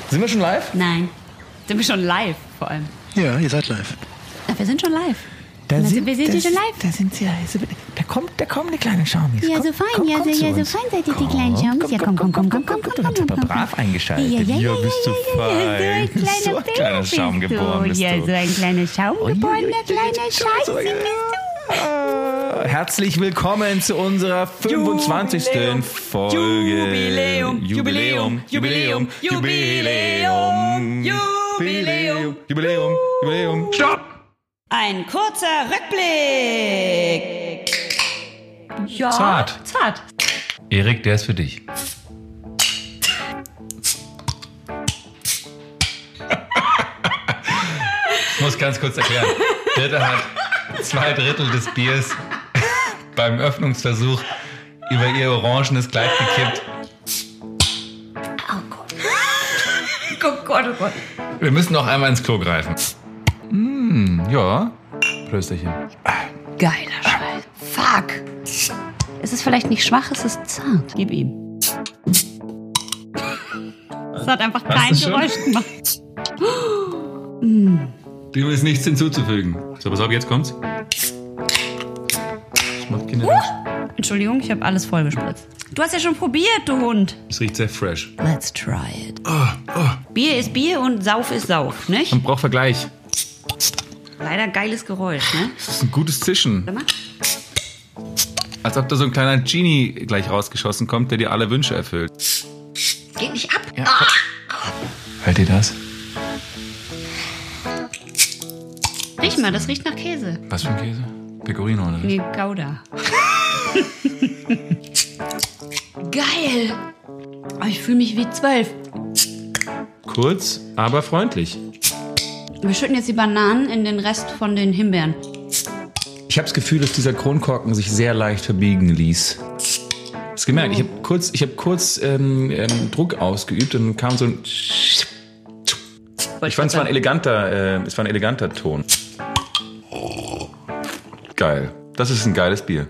Sind wir schon live? Nein. Sind wir schon live, vor allem? Ja, ihr seid live. Ja, wir sind schon live. Wir sind schon live. Da sind sie. Da kommen die kleinen Schaumis. Ja, so fein, so fein seid ihr, die kleinen Schaumis. Ja, komm. Brav eingeschaltet. Ja, bist du fein. So ein kleiner Schaum geboren bist du. Ja, so ein kleiner Schaum geborener kleiner Scheiße bist du. Herzlich willkommen zu unserer 25. Folge. Jubiläum. Stopp! Ein kurzer Rückblick. Ja, Zart. Erik, der ist für dich. Ich muss ganz kurz erklären. Britta hat 2/3 des Biers beim Öffnungsversuch über ihr orangenes Kleid gekippt. Oh Gott. Wir müssen noch einmal ins Klo greifen. Ja. Prösterchen. Geiler Scheiß. Fuck. Es ist vielleicht nicht schwach, es ist zart. Gib ihm. Es hat einfach kein Geräusch gemacht. Dem ist nichts hinzuzufügen. So, pass auf, jetzt kommt's. Das macht keine Lust. Entschuldigung, ich habe alles vollgespritzt. Du hast ja schon probiert, du Hund. Es riecht sehr fresh. Let's try it. Oh. Bier ist Bier und Sauf ist Sauf, nicht? Man braucht Vergleich. Leider geiles Geräusch, ne? Das ist ein gutes Zischen. Warte mal. Als ob da so ein kleiner Genie gleich rausgeschossen kommt, der dir alle Wünsche erfüllt. Geht nicht ab. Ja. Hört ihr das? Riech mal, das riecht nach Käse. Was für ein Käse? Pecorino oder was? Nee, Gouda. Geil. Oh, ich fühle mich wie 12. Kurz, aber freundlich. Wir schütten jetzt die Bananen in den Rest von den Himbeeren. Ich habe das Gefühl, dass dieser Kronkorken sich sehr leicht verbiegen ließ. Hast du gemerkt? Ich habe kurz Druck ausgeübt und dann kam so ein... Ich fand, es war ein eleganter Ton. Geil. Das ist ein geiles Bier.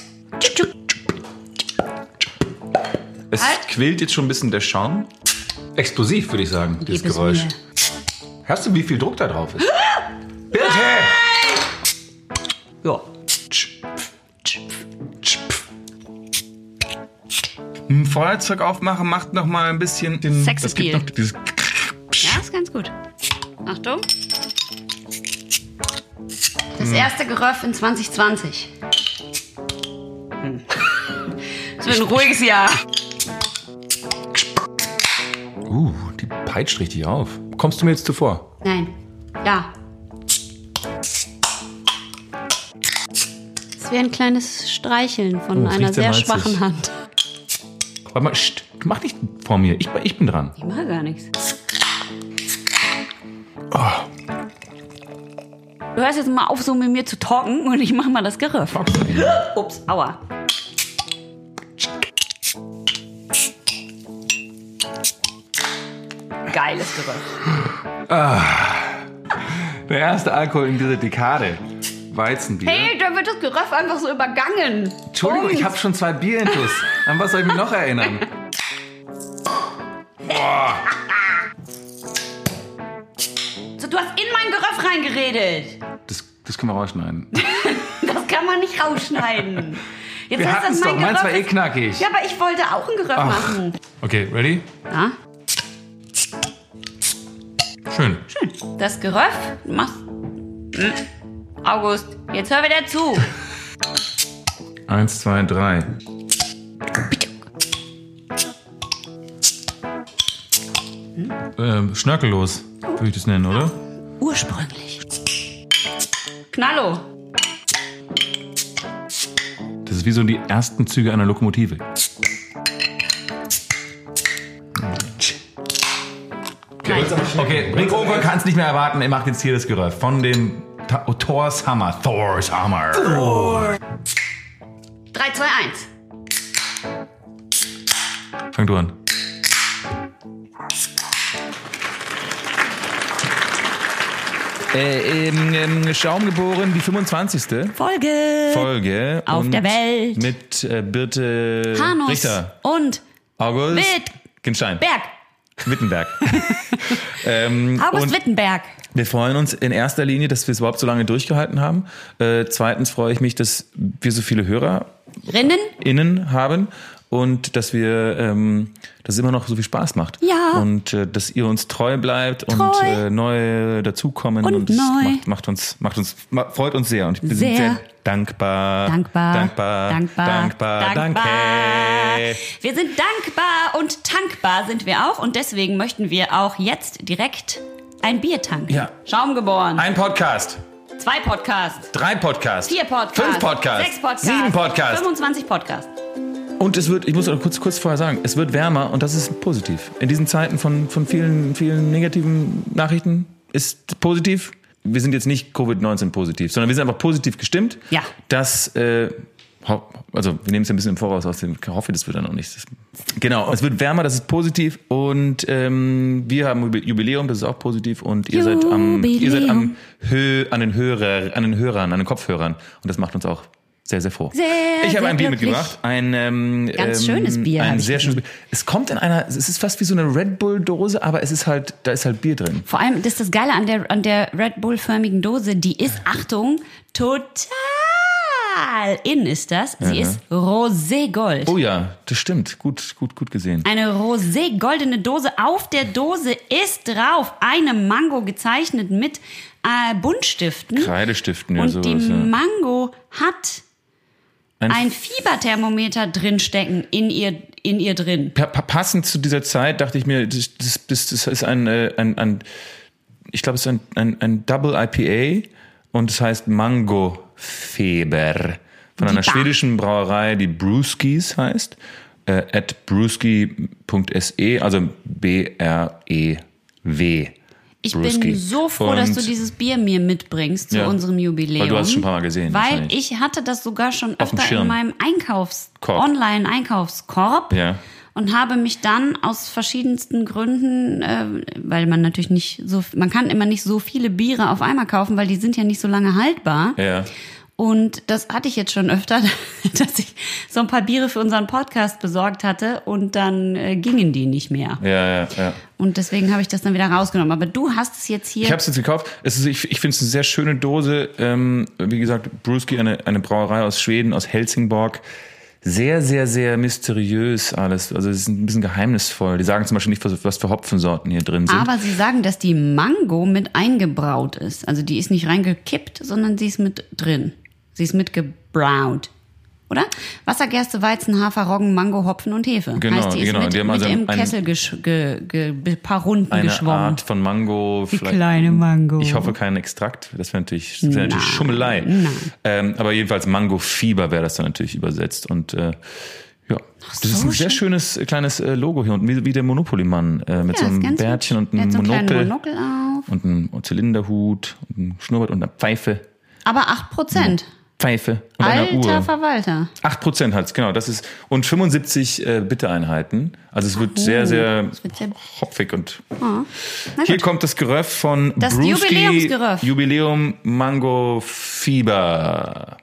Es quillt jetzt schon ein bisschen der Schaum. Explosiv, würde ich sagen, dieses Geräusch. Hörst du, wie viel Druck da drauf ist? Bitte! Ja. Ein Feuerzeug aufmachen macht noch mal ein bisschen den... Sexappeal. Das gibt noch dieses... Ja, ist ganz gut. Achtung. Das erste Geröff in 2020. Es wird ein ruhiges Jahr. Die peitscht richtig auf. Kommst du mir jetzt zuvor? Nein. Ja. Es wäre ein kleines Streicheln von es einer riecht sehr sehr malzig. schwachen Hand. Warte mal, mach nicht vor mir. Ich bin dran. Ich mache gar nichts. Du hörst jetzt mal auf, so mit mir zu talken und ich mach mal das Geröff. Ups, aua. Geiles Geröff. Der erste Alkohol in dieser Dekade. Weizenbier. Hey, da wird das Geröff einfach so übergangen. Entschuldigung, ich habe schon 2 Bierintus. An was soll ich mich noch erinnern? Boah. So, du hast in mein Geröff reingeredet. Das können wir rausschneiden. Das kann man nicht rausschneiden. Jetzt Wir heißt hatten es doch. Meins war eh ist- knackig. Ja, aber ich wollte auch ein Geröff machen. Okay, ready? Ja? Schön. Das Geröff machst... August, jetzt hör wieder zu. 1, 2, 3. Schnörkellos, würde ich das nennen, oder? Ursprünglich. Knallo. Das ist wie so die ersten Züge einer Lokomotive. Okay, Rick Oker kann es nicht mehr erwarten. Er macht jetzt hier das Geröff von dem Thor's Hammer. 3, 2, 1. Fang du an. Schaum geboren, die 25. Folge. Auf und der Welt. Mit Birte Hanus Richter. und August. Wittgenstein. Berg. Wittenberg. August Wittenberg. Wir freuen uns in erster Linie, dass wir es überhaupt so lange durchgehalten haben. Zweitens freue ich mich, dass wir so viele HörerInnen haben und dass dass es immer noch so viel Spaß macht. Ja. Und dass ihr uns treu bleibt und neue dazukommen. Und das neu. freut uns sehr. Und wir sind sehr dankbar. Danke. Wir sind dankbar und tankbar sind wir auch. Und deswegen möchten wir auch jetzt direkt ein Bier tanken. Ja. Schaum geboren. Ein Podcast. 2 Podcasts. 3 Podcasts. 4 Podcasts. 5 Podcasts. 6 Podcasts. 7 Podcasts. 25 Podcasts. Und ich muss auch kurz vorher sagen, es wird wärmer und das ist positiv. In diesen Zeiten von vielen, vielen negativen Nachrichten ist positiv. Wir sind jetzt nicht Covid-19 positiv, sondern wir sind einfach positiv gestimmt. Ja. Dass, also wir nehmen es ja ein bisschen im Voraus aus dem, ich hoffe, das wird dann auch nicht. Genau, es wird wärmer, das ist positiv und wir haben Jubiläum, das ist auch positiv und ihr seid an den Hörern, an den Kopfhörern und das macht uns auch sehr, sehr froh. Ich habe ein Bier mitgebracht. Ein ganz schönes Bier. Ein sehr schönes Bier. Es kommt es ist fast wie so eine Red Bull-Dose, aber da ist halt Bier drin. Vor allem, das ist das Geile an der Red Bull-förmigen Dose. Die ist, Achtung, total in ist das. Sie ist roségold. Oh ja, das stimmt. Gut gesehen. Eine roségoldene Dose. Auf der Dose ist drauf eine Mango gezeichnet mit Buntstiften. Kreidestiften, ja, und sowas. Die Mango hat ein Fieberthermometer drinstecken in ihr drin. Passend zu dieser Zeit dachte ich mir, das ist ich glaube, es ist ein Double IPA und es heißt Mango Feber von einer schwedischen Brauerei, die Brewskis heißt, at brewski.se, also BREW. Ich bin so froh, dass du dieses Bier mir mitbringst zu unserem Jubiläum. Weil du hast es schon ein paar Mal gesehen. Weil ich hatte das sogar schon öfter in meinem Online-Einkaufskorb. Ja. Und habe mich dann aus verschiedensten Gründen, weil man natürlich man kann immer nicht so viele Biere auf einmal kaufen, weil die sind ja nicht so lange haltbar. Ja. Und das hatte ich jetzt schon öfter, dass ich so ein paar Biere für unseren Podcast besorgt hatte und dann gingen die nicht mehr. Ja. Und deswegen habe ich das dann wieder rausgenommen. Aber du hast es jetzt hier. Ich habe es jetzt gekauft. Ich finde es eine sehr schöne Dose. Wie gesagt, Brewski, eine Brauerei aus Schweden, aus Helsingborg. Sehr, sehr, sehr mysteriös alles. Also es ist ein bisschen geheimnisvoll. Die sagen zum Beispiel nicht, was für Hopfensorten hier drin sind. Aber sie sagen, dass die Mango mit eingebraut ist. Also die ist nicht reingekippt, sondern sie ist mit drin. Sie ist mitgebraut. Oder? Wasser, Gerste, Weizen, Hafer, Roggen, Mango, Hopfen und Hefe. Genau, heißt, die ist Die haben also im Kessel paar Runden geschwommen. Eine Art von Mango. Die kleine Mango. Ich hoffe kein Extrakt. Das wäre natürlich Schummelei. Nein. Aber jedenfalls Mango-Fieber wäre das dann natürlich übersetzt. Und das ist ein sehr schönes kleines Logo hier unten, wie der Monopoly-Mann mit so einem Bärtchen und einem Monokel auf. Und einem Zylinderhut und einem Schnurrbart und einer Pfeife. Aber 8%. Pfeife und einer Uhr. Alter Verwalter. 8% hat's, genau. Das ist, und 75 Bittereinheiten. Also es wird sehr, sehr hopfig und. Hier kommt das Geröff von das Brewski. Jubiläumsgeröff. Jubiläum Mango Fieber.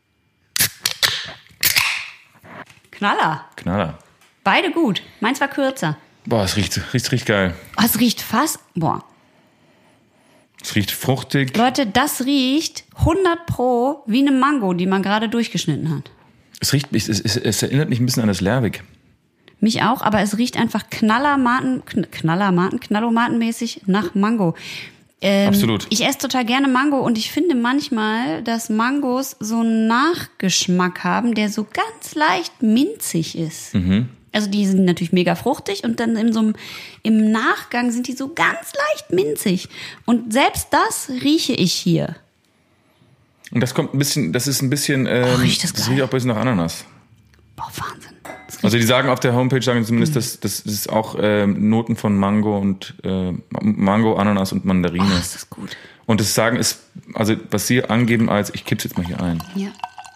Knaller. Beide gut. Meins war kürzer. Boah, es riecht geil. Es riecht fast. Boah. Es riecht fruchtig. Leute, das riecht 100% wie eine Mango, die man gerade durchgeschnitten hat. Es erinnert mich ein bisschen an das Lerwick. Mich auch, aber es riecht einfach knallomatenmäßig nach Mango. Absolut. Ich esse total gerne Mango und ich finde manchmal, dass Mangos so einen Nachgeschmack haben, der so ganz leicht minzig ist. Mhm. Also die sind natürlich mega fruchtig und dann im Nachgang sind die so ganz leicht minzig. Und selbst das rieche ich hier. Und das ist ein bisschen, riecht das riecht auch ein bisschen nach Ananas. Boah, Wahnsinn. Also die sagen auf der Homepage, zumindest, dass das ist auch Noten von Mango und Mango, Ananas und Mandarine. Oh, ist das gut. Und das sagen ist, also was sie angeben als, ich kipp's jetzt mal hier ein. Ja.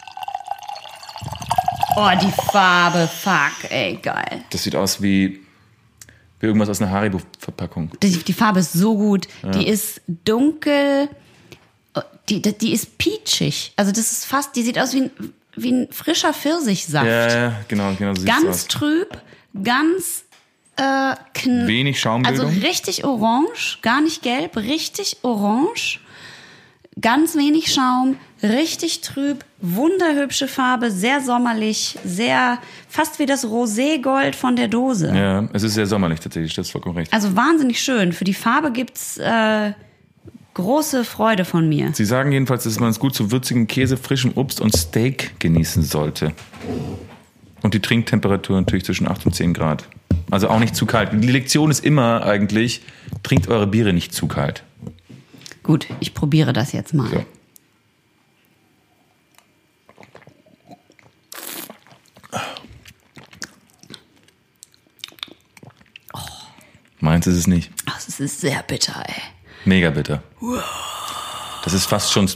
Oh, die Farbe, fuck, ey, geil. Das sieht aus wie irgendwas aus einer Haribo-Verpackung. Die Farbe ist so gut. Ja. Die ist dunkel, die ist peachig. Also das ist fast, die sieht aus wie ein frischer Pfirsichsaft. Ja, genau so sieht's ganz aus. Trüb, ganz wenig Schaumbildung. Also richtig orange, gar nicht gelb, richtig orange. Ganz wenig Schaum, richtig trüb, wunderhübsche Farbe, sehr sommerlich, sehr fast wie das Roségold von der Dose. Ja, es ist sehr sommerlich tatsächlich, das ist vollkommen recht. Also wahnsinnig schön. Für die Farbe gibt's große Freude von mir. Sie sagen jedenfalls, dass man es gut zu würzigem Käse, frischem Obst und Steak genießen sollte. Und die Trinktemperatur natürlich zwischen 8 und 10 Grad. Also auch nicht zu kalt. Die Lektion ist immer eigentlich, trinkt eure Biere nicht zu kalt. Gut, ich probiere das jetzt mal. So. Meins ist es nicht. Ach, es ist sehr bitter, ey. Mega bitter. Das ist fast schon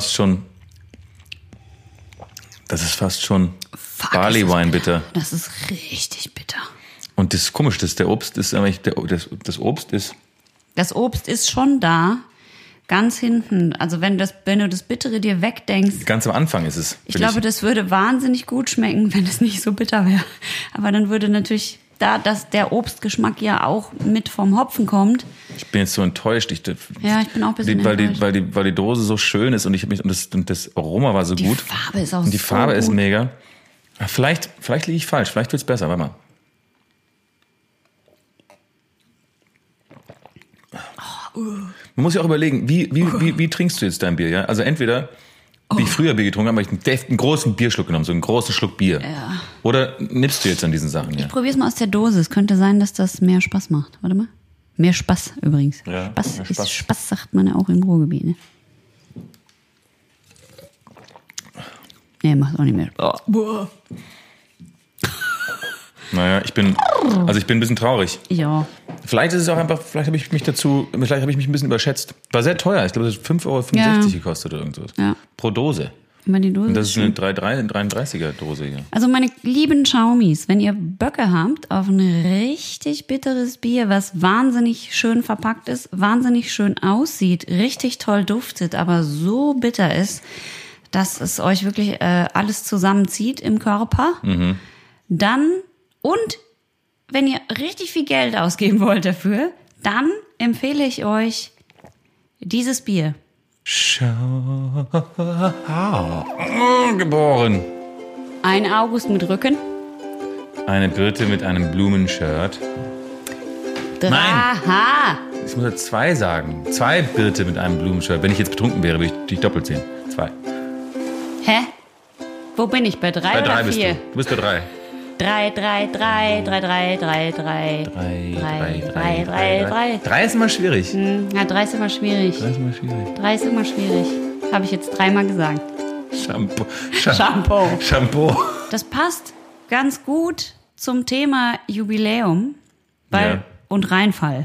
Barley-Wine bitter. Das ist richtig bitter. Und das Komische ist, der Obst ist eigentlich, das Obst ist... Das Obst ist schon da, ganz hinten. Also wenn du das Bittere dir wegdenkst. Ganz am Anfang ist es. Ich glaube, das würde wahnsinnig gut schmecken, wenn es nicht so bitter wäre. Aber dann würde natürlich, da dass der Obstgeschmack ja auch mit vom Hopfen kommt. Ich bin jetzt so enttäuscht. Ich bin auch ein bisschen enttäuscht. Weil die Dose so schön ist und das Aroma war so gut. Die Farbe ist auch und die so Farbe gut. ist mega. Vielleicht liege ich falsch. Vielleicht wird's besser. Warte mal. Man muss ja auch überlegen, wie trinkst du jetzt dein Bier? Ja? Also entweder, wie ich früher Bier getrunken habe, habe ich einen großen Bierschluck genommen, so einen großen Schluck Bier. Ja. Oder nippst du jetzt an diesen Sachen? Ja? Ich probier's mal aus der Dose. Es könnte sein, dass das mehr Spaß macht. Warte mal. Mehr Spaß übrigens. Ja, Spaß mehr ist Spaß. Spaß, sagt man ja auch im Ruhrgebiet. Ne? Nee, macht auch nicht mehr. Boah. Naja, ich bin ein bisschen traurig. Ja. Vielleicht ist es auch einfach, vielleicht habe ich mich ein bisschen überschätzt. War sehr teuer. Ich glaube, das hat 5,65 € gekostet oder irgendwas. Ja. Pro Dose. Immer die Dose. Und das ist eine 33er Dose hier. Also meine lieben Schaumis, wenn ihr Böcke habt auf ein richtig bitteres Bier, was wahnsinnig schön verpackt ist, wahnsinnig schön aussieht, richtig toll duftet, aber so bitter ist, dass es euch wirklich alles zusammenzieht im Körper, dann, und wenn ihr richtig viel Geld ausgeben wollt dafür, dann empfehle ich euch dieses Bier. Geboren. Ein August mit Rücken. Eine Birte mit einem Blumenshirt. Aha. Ich muss ja 2 sagen. 2 Birte mit einem Blumenshirt. Wenn ich jetzt betrunken wäre, würde ich dich doppelt sehen. 2. Hä? Wo bin ich? Bei 3 Bei 3 oder bist 4? du. Du bist bei 3. 3. 3 ist immer schwierig. Ja, 3 ist immer schwierig. 3 ist immer schwierig. Habe ich jetzt 3-mal gesagt. Shampoo. Das passt ganz gut zum Thema Jubiläum und Reinfall.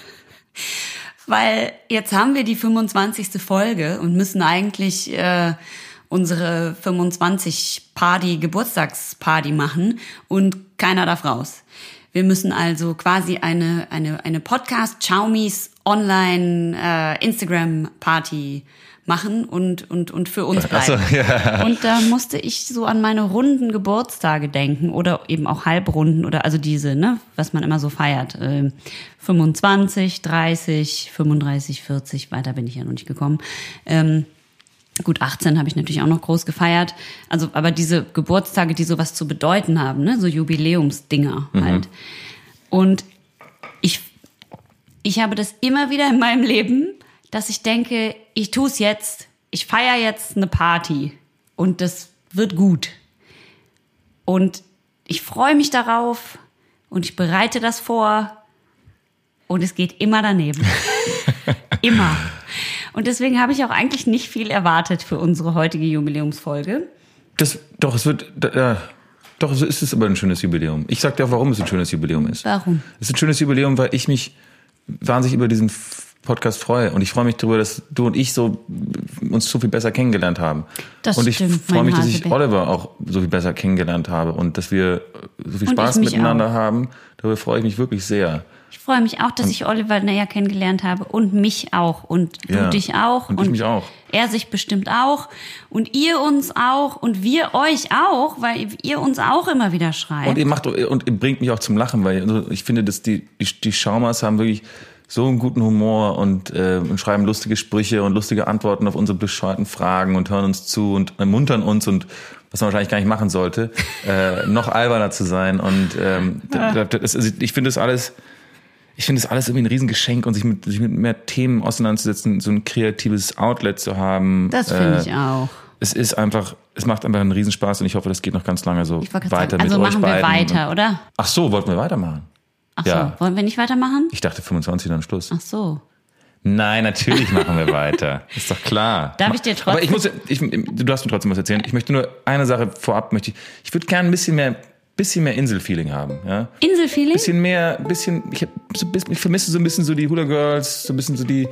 Weil jetzt haben wir die 25. Folge und müssen eigentlich unsere 25-Party, Geburtstagsparty machen und keiner darf raus. Wir müssen also quasi eine Podcast-Chaumis Online Instagram-Party machen und für uns bleiben. Ach so, ja. Und da musste ich so an meine runden Geburtstage denken oder eben auch Halbrunden oder also diese, ne, was man immer so feiert. 25, 30, 35, 40, weiter bin ich ja noch nicht gekommen. Gut, 18 habe ich natürlich auch noch groß gefeiert. Also, aber diese Geburtstage, die sowas zu bedeuten haben, ne, so Jubiläumsdinger halt. Und ich habe das immer wieder in meinem Leben, dass ich denke, ich tue es jetzt, ich feiere jetzt eine Party und das wird gut. Und ich freue mich darauf und ich bereite das vor und es geht immer daneben. Immer. Und deswegen habe ich auch eigentlich nicht viel erwartet für unsere heutige Jubiläumsfolge. Es ist aber ein schönes Jubiläum. Ich sag dir auch, warum es ein schönes Jubiläum ist. Warum? Es ist ein schönes Jubiläum, weil ich mich wahnsinnig über diesen Podcast freue. Und ich freue mich darüber, dass du und ich uns so viel besser kennengelernt haben. Und ich freue mich, dass ich Oliver auch so viel besser kennengelernt habe und dass wir so viel Spaß miteinander haben. Darüber freue ich mich wirklich sehr. Ich freue mich auch, dass ich Oliver näher kennengelernt habe und mich auch und du dich auch und ich mich auch. Er sich bestimmt auch und ihr uns auch und wir euch auch, weil ihr uns auch immer wieder schreibt. Und ihr bringt mich auch zum Lachen, weil ich finde, dass die Schaumers haben wirklich so einen guten Humor und schreiben lustige Sprüche und lustige Antworten auf unsere bescheuerten Fragen und hören uns zu und ermuntern uns und was man wahrscheinlich gar nicht machen sollte, noch alberner zu sein. Und ich finde das alles irgendwie ein Riesengeschenk und sich mit mehr Themen auseinanderzusetzen, so ein kreatives Outlet zu haben. Das finde ich auch. Es macht einfach einen Riesenspaß und ich hoffe, das geht noch ganz lange so weiter mit euch beiden. Also machen wir weiter, oder? Ach so, wollten wir weitermachen? Ach so, wollen wir nicht weitermachen? Ich dachte 25 dann Schluss. Ach so. Nein, natürlich machen wir weiter. Ist doch klar. Darf ich dir trotzdem... Aber du darfst mir trotzdem was erzählen. Ich möchte nur eine Sache vorab, ich würde gerne ein bisschen mehr Inselfeeling haben, ja? Inselfeeling? Ich vermisse so ein bisschen so die Hula Girls, so ein bisschen so die,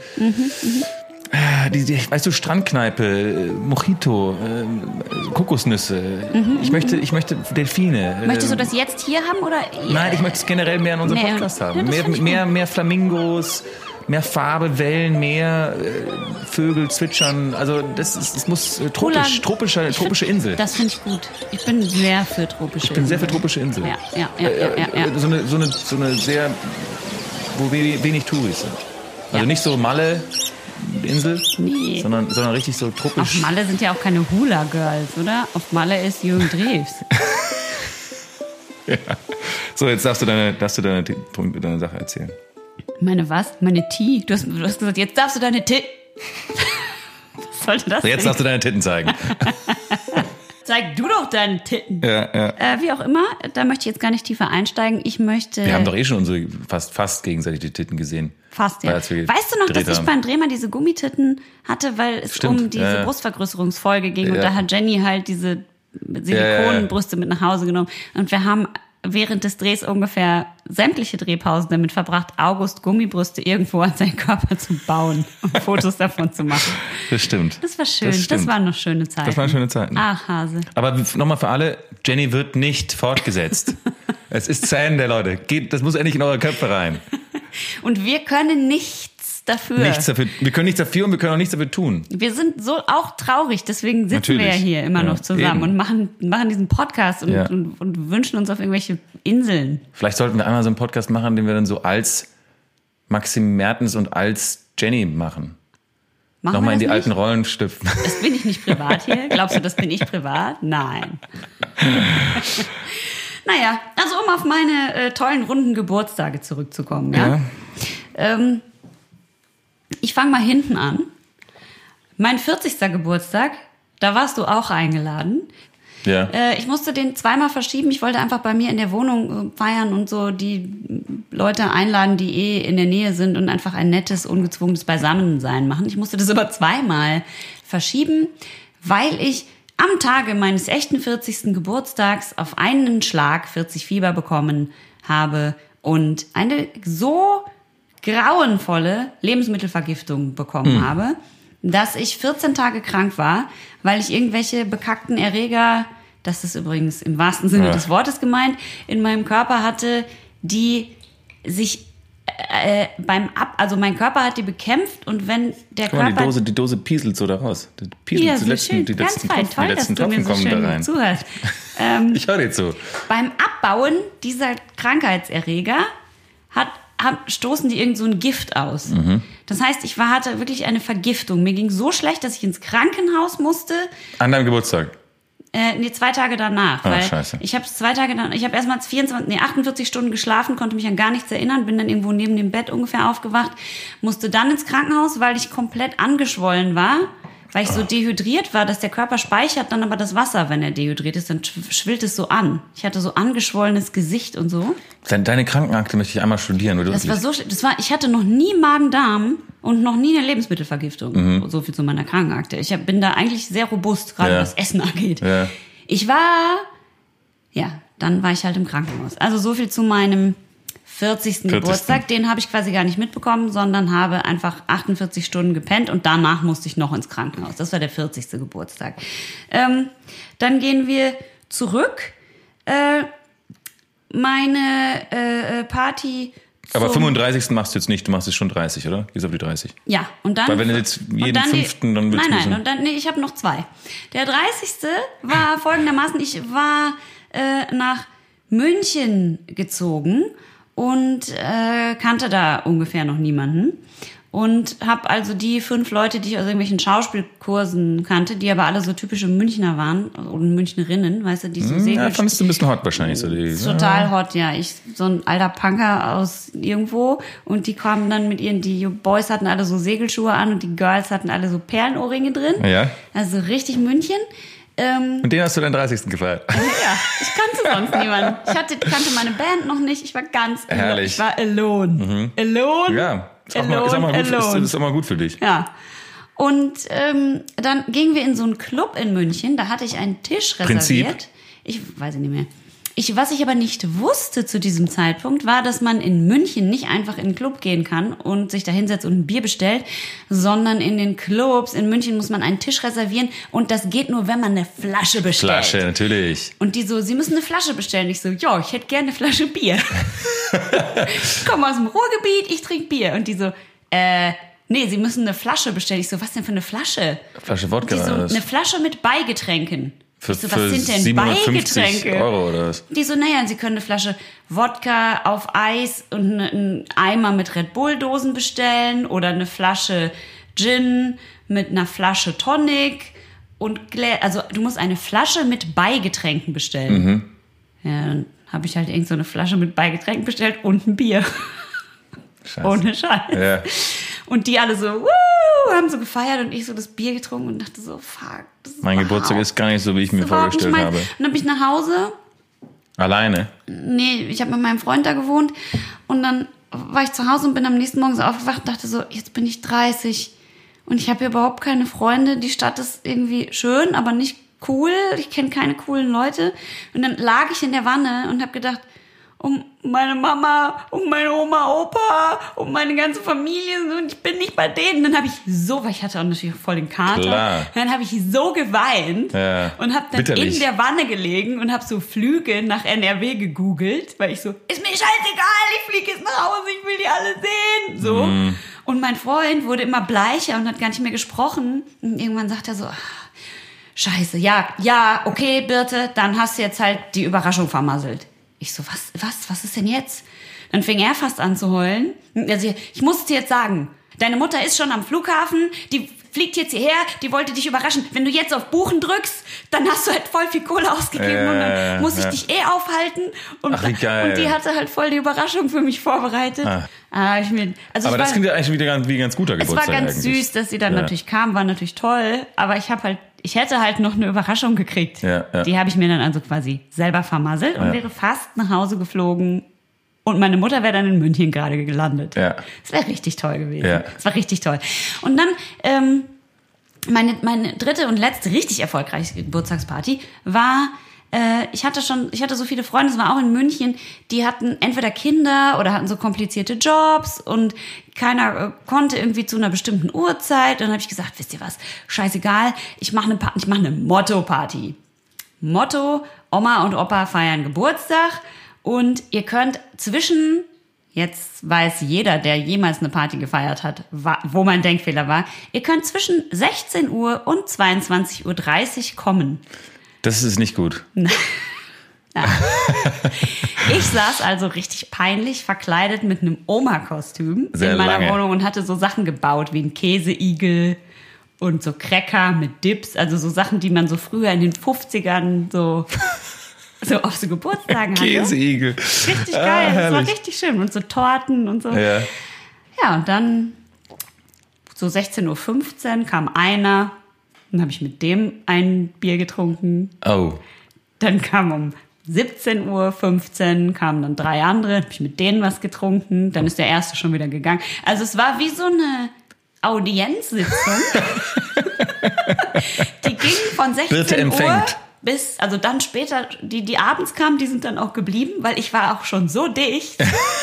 weißt du, Strandkneipe, Mojito, Kokosnüsse. Ich möchte Delfine. Möchtest du das jetzt hier haben oder? Nein, ich möchte es generell mehr in unserem Podcast haben. Mehr Flamingos, mehr Farbe, Wellen, mehr Vögel zwitschern. Also es muss tropische Insel. Das finde ich gut. Ich bin sehr für tropische Insel. Ich bin sehr für tropische Insel. Ja. So eine sehr, wo wenig Touris sind. Also nicht so Malle Insel, nee. sondern richtig so tropisch. Auf Malle sind ja auch keine Hula Girls, oder? Auf Malle ist Jürgen Drews. Ja. So, jetzt darfst du deine Sache erzählen. Meine was? Meine Tee? Du hast gesagt, jetzt darfst du deine Titten. Was sollte das Jetzt darfst du deine Titten zeigen. Zeig du doch deine Titten. Ja. Wie auch immer, da möchte ich jetzt gar nicht tiefer einsteigern. Wir haben doch schon unsere fast gegenseitig die Titten gesehen. Fast, ja. Weißt du noch, dass ich beim Dreh mal diese Gummititten hatte, weil es um diese Brustvergrößerungsfolge ging und da hat Jenny halt diese Silikonenbrüste mit nach Hause genommen und wir haben während des Drehs ungefähr sämtliche Drehpausen damit verbracht, August Gummibrüste irgendwo an seinen Körper zu bauen und Fotos davon zu machen. Das stimmt. Das war schön. Das waren noch schöne Zeiten. Das waren schöne Zeiten. Ach, Hase. Aber nochmal für alle, Jenny wird nicht fortgesetzt. Es ist zu Ende, Leute. Das muss endlich in eure Köpfe rein. Und wir können nichts dafür. Wir können nichts dafür und wir können auch nichts dafür tun. Wir sind so auch traurig, deswegen sitzen wir ja hier immer noch zusammen und machen diesen Podcast und wünschen uns auf irgendwelche Inseln. Vielleicht sollten wir einmal so einen Podcast machen, den wir dann so als Maxim Mertens und als Jenny machen. Nochmal in die alten Rollen schlüpfen. Das bin ich nicht privat hier. Glaubst du, das bin ich privat? Nein. Naja, also um auf meine tollen runden Geburtstage zurückzukommen. Ja? Ich fange mal hinten an. Mein 40. Geburtstag, da warst du auch eingeladen. Ja. Ich musste den zweimal verschieben. Ich wollte einfach bei mir in der Wohnung feiern und so die Leute einladen, die in der Nähe sind und einfach ein nettes, ungezwungenes Beisammensein machen. Ich musste das aber zweimal verschieben, weil ich am Tage meines echten 40. Geburtstags auf einen Schlag 40 Fieber bekommen habe und eine so grauenvolle Lebensmittelvergiftung bekommen habe, dass ich 14 Tage krank war, weil ich irgendwelche bekackten Erreger, das ist übrigens im wahrsten Sinne des Wortes gemeint, in meinem Körper hatte, die sich also mein Körper hat die bekämpft und wenn der Körper... Die Dose pieselt so da raus. Die letzten Tropfen kommen da rein. Zuhört. Ich höre dir zu. Beim Abbauen dieser Krankheitserreger stoßen die irgend so ein Gift aus. Mhm. Das heißt, ich hatte wirklich eine Vergiftung. Mir ging so schlecht, dass ich ins Krankenhaus musste. An deinem Geburtstag? 2 Tage danach. Weil scheiße. Ich habe erstmal 48 Stunden geschlafen, konnte mich an gar nichts erinnern, bin dann irgendwo neben dem Bett ungefähr aufgewacht, musste dann ins Krankenhaus, weil ich komplett angeschwollen war, weil ich so dehydriert war, dass der Körper speichert dann aber das Wasser, wenn er dehydriert ist, dann schwillt es so an. Ich hatte so angeschwollenes Gesicht und so. Deine Krankenakte möchte ich einmal studieren. Ich hatte noch nie Magen-Darm und noch nie eine Lebensmittelvergiftung. Mhm. So viel zu meiner Krankenakte. Ich bin da eigentlich sehr robust, gerade was Essen angeht. Ja. Dann war ich halt im Krankenhaus. Also so viel zu meinem 40. Geburtstag. Den habe ich quasi gar nicht mitbekommen, sondern habe einfach 48 Stunden gepennt und danach musste ich noch ins Krankenhaus. Das war der 40. Geburtstag. Dann gehen wir zurück. Meine Party... Aber 35. machst du jetzt nicht, du machst es schon 30, oder? Gehst auf die 30. Ja, und dann... Weil wenn du jetzt jeden 5., dann willst du... Nein, und dann, ich habe noch 2. Der 30. war folgendermaßen, ich war nach München gezogen und kannte da ungefähr noch niemanden. Und habe also die 5 Leute, die ich aus irgendwelchen Schauspielkursen kannte, die aber alle so typische Münchner waren und Münchnerinnen, weißt du, die so Segel... Ja, fandest du ein bisschen hot wahrscheinlich. So die, total hot, ja. Ich, so ein alter Punker aus irgendwo und die kamen dann mit ihren, die Boys hatten alle so Segelschuhe an und die Girls hatten alle so Perlenohrringe drin. Ja. Also richtig München. Und den hast du deinen 30. gefeiert. Ja, ich kannte sonst niemanden. Ich kannte meine Band noch nicht, ich war ganz... Herrlich. Ich war alone. Alone. Ja. Ist auch mal gut für dich. Ja. Und dann gingen wir in so einen Club in München. Da hatte ich einen Tisch reserviert. Prinzip? Ich weiß nicht mehr. Was ich aber nicht wusste zu diesem Zeitpunkt, war, dass man in München nicht einfach in einen Club gehen kann und sich da hinsetzt und ein Bier bestellt, sondern in den Clubs in München muss man einen Tisch reservieren und das geht nur, wenn man eine Flasche bestellt. Flasche, natürlich. Und die so, sie müssen eine Flasche bestellen. Ich so, ja, ich hätte gerne eine Flasche Bier. Ich komme aus dem Ruhrgebiet, ich trinke Bier. Und die so, nee, sie müssen eine Flasche bestellen. Ich so, was denn für eine Flasche? Flasche Wodka. Die so, eine Flasche mit Beigetränken. Für, so, was sind denn 750 Beigetränke? Euro oder was? Die so, naja, sie können eine Flasche Wodka auf Eis und einen Eimer mit Red Bull-Dosen bestellen oder eine Flasche Gin mit einer Flasche Tonic und also du musst eine Flasche mit Beigetränken bestellen. Mhm. Ja, dann habe ich halt irgend so eine Flasche mit Beigetränken bestellt und ein Bier. Scheiße. Ohne Scheiß. Ja. Und die alle so, haben so gefeiert und ich so das Bier getrunken und dachte so, fuck. Mein Geburtstag ist gar nicht so, wie ich mir vorgestellt habe. Und dann bin ich nach Hause. Alleine? Nee, ich habe mit meinem Freund da gewohnt. Und dann war ich zu Hause und bin am nächsten Morgen so aufgewacht und dachte so, jetzt bin ich 30. Und ich habe hier überhaupt keine Freunde. Die Stadt ist irgendwie schön, aber nicht cool. Ich kenne keine coolen Leute. Und dann lag ich in der Wanne und habe gedacht, um meine Mama, um meine Oma, Opa, um meine ganze Familie und ich bin nicht bei denen. Dann habe ich so, weil ich hatte auch natürlich voll den Kater. Klar. Dann habe ich so geweint und habe dann bitterlich in der Wanne gelegen und habe so Flüge nach NRW gegoogelt, weil ich so, ist mir scheißegal, ich fliege jetzt nach Hause, ich will die alle sehen. So. Und mein Freund wurde immer bleicher und hat gar nicht mehr gesprochen. Und irgendwann sagt er so, scheiße, ja, okay, Birte, dann hast du jetzt halt die Überraschung vermasselt. Ich so, was ist denn jetzt? Dann fing er fast an zu heulen. Also, ich muss es dir jetzt sagen. Deine Mutter ist schon am Flughafen, die fliegt jetzt hierher, die wollte dich überraschen. Wenn du jetzt auf Buchen drückst, dann hast du halt voll viel Kohle ausgegeben und dann muss ich dich aufhalten. Und, ach, wie geil. Und die hatte halt voll die Überraschung für mich vorbereitet. Aber das klingt ja eigentlich wieder wie ein ganz guter Geburtstag. Es war ganz eigentlich süß, dass sie dann natürlich kam, war natürlich toll. Aber ich hätte halt noch eine Überraschung gekriegt. Ja. Die habe ich mir dann also quasi selber vermasselt und wäre fast nach Hause geflogen. Und meine Mutter wäre dann in München gerade gelandet. Ja. Das wäre richtig toll gewesen. Ja. Das war richtig toll. Und dann meine dritte und letzte richtig erfolgreiche Geburtstagsparty war... Ich hatte so viele Freunde, es war auch in München, die hatten entweder Kinder oder hatten so komplizierte Jobs und keiner konnte irgendwie zu einer bestimmten Uhrzeit. Und dann habe ich gesagt, wisst ihr was, scheißegal, ich mache eine Motto-Party. Motto, Oma und Opa feiern Geburtstag und ihr könnt jetzt weiß jeder, der jemals eine Party gefeiert hat, wo mein Denkfehler war, ihr könnt zwischen 16 Uhr und 22.30 Uhr kommen. Das ist nicht gut. Ich saß also richtig peinlich verkleidet mit einem Oma-Kostüm in meiner Wohnung und hatte so Sachen gebaut wie ein Käseigel und so Cracker mit Dips, also so Sachen, die man so früher in den 50ern so auf so Geburtstagen hatte. Käseigel. Richtig geil, das war richtig schön. Und so Torten und so. Ja, und dann so 16.15 Uhr kam einer. Dann habe ich mit dem ein Bier getrunken. Oh. Dann kam um 17.15 Uhr kamen dann 3 andere, habe ich mit denen was getrunken. Dann ist der erste schon wieder gegangen. Also es war wie so eine Audienzsitzung. Die ging von 16 Uhr also dann später, die abends kamen, die sind dann auch geblieben, weil ich war auch schon so dicht.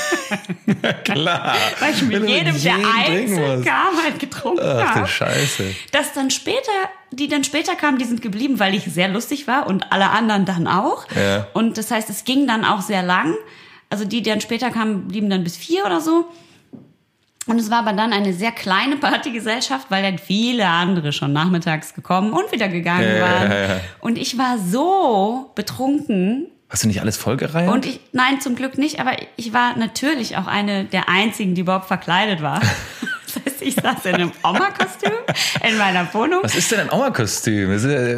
Klar. Weil ich mit jedem, der einzeln kam, halt getrunken habe. Ach du Scheiße. Dass dann später, die dann später kamen, die sind geblieben, weil ich sehr lustig war und alle anderen dann auch. Ja. Und das heißt, es ging dann auch sehr lang. Also die dann später kamen, blieben dann bis 4 oder so. Und es war aber dann eine sehr kleine Partygesellschaft, weil dann viele andere schon nachmittags gekommen und wieder gegangen waren. Ja. Und ich war so betrunken. Hast du nicht alles vollgereiht? Und nein, zum Glück nicht, aber ich war natürlich auch eine der einzigen, die überhaupt verkleidet war. Das heißt, ich saß in einem Oma-Kostüm in meiner Wohnung. Was ist denn ein Oma-Kostüm?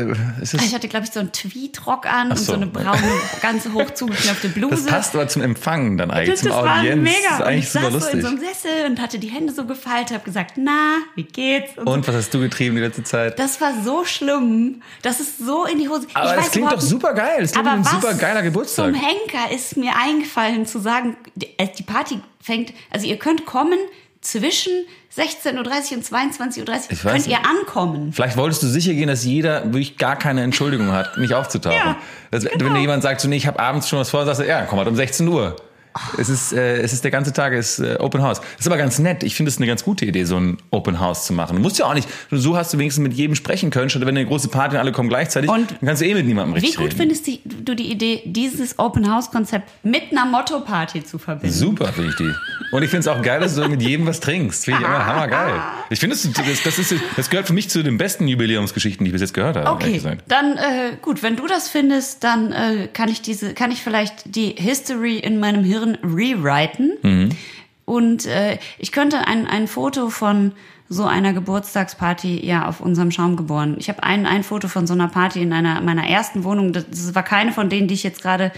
Ich hatte, glaube ich, so einen Tweetrock an und so eine braune, ganz hoch zugeknöpfte Bluse. Das passt aber zum Empfang dann eigentlich, zum Audienz. War mega. Das ist eigentlich ich super saß lustig. so in so einem Sessel und hatte die Hände so gefaltet, habe gesagt, na, wie geht's? Und was hast du getrieben die letzte Zeit? Das war so schlimm. Das ist so in die Hose. Aber das klingt doch super geil. Das klingt wie ein super geiler Geburtstag. Zum Henker ist mir eingefallen zu sagen, die Party fängt, also ihr könnt kommen zwischen 16.30 Uhr und 22.30 Uhr. Könnt ihr ankommen. Vielleicht wolltest du sicher gehen, dass jeder wirklich gar keine Entschuldigung hat, nicht aufzutauchen. Ja, Wenn dir jemand sagt, so, nee, ich habe abends schon was vor, sagst du, ja, komm halt um 16 Uhr. Es ist der ganze Tag ist Open House. Das ist aber ganz nett. Ich finde es eine ganz gute Idee, so ein Open House zu machen. Du musst ja auch nicht, so hast du wenigstens mit jedem sprechen können, statt wenn eine große Party und alle kommen gleichzeitig, dann kannst du mit niemandem richtig reden. Wie gut findest du die Idee, dieses Open House Konzept mit einer Motto-Party zu verbinden? Super finde ich die. Und ich finde es auch geil, dass du mit jedem was trinkst. Finde ich immer hammergeil. Ich finde, das gehört für mich zu den besten Jubiläumsgeschichten, die ich bis jetzt gehört habe. Okay, dann gut, wenn du das findest, dann kann ich vielleicht die History in meinem Hirn rewriten. Mhm. Und ich könnte ein Foto von so einer Geburtstagsparty ja auf unserem Schaumgeboren. Ich habe ein Foto von so einer Party in meiner ersten Wohnung. Das war keine von denen, die ich jetzt gerade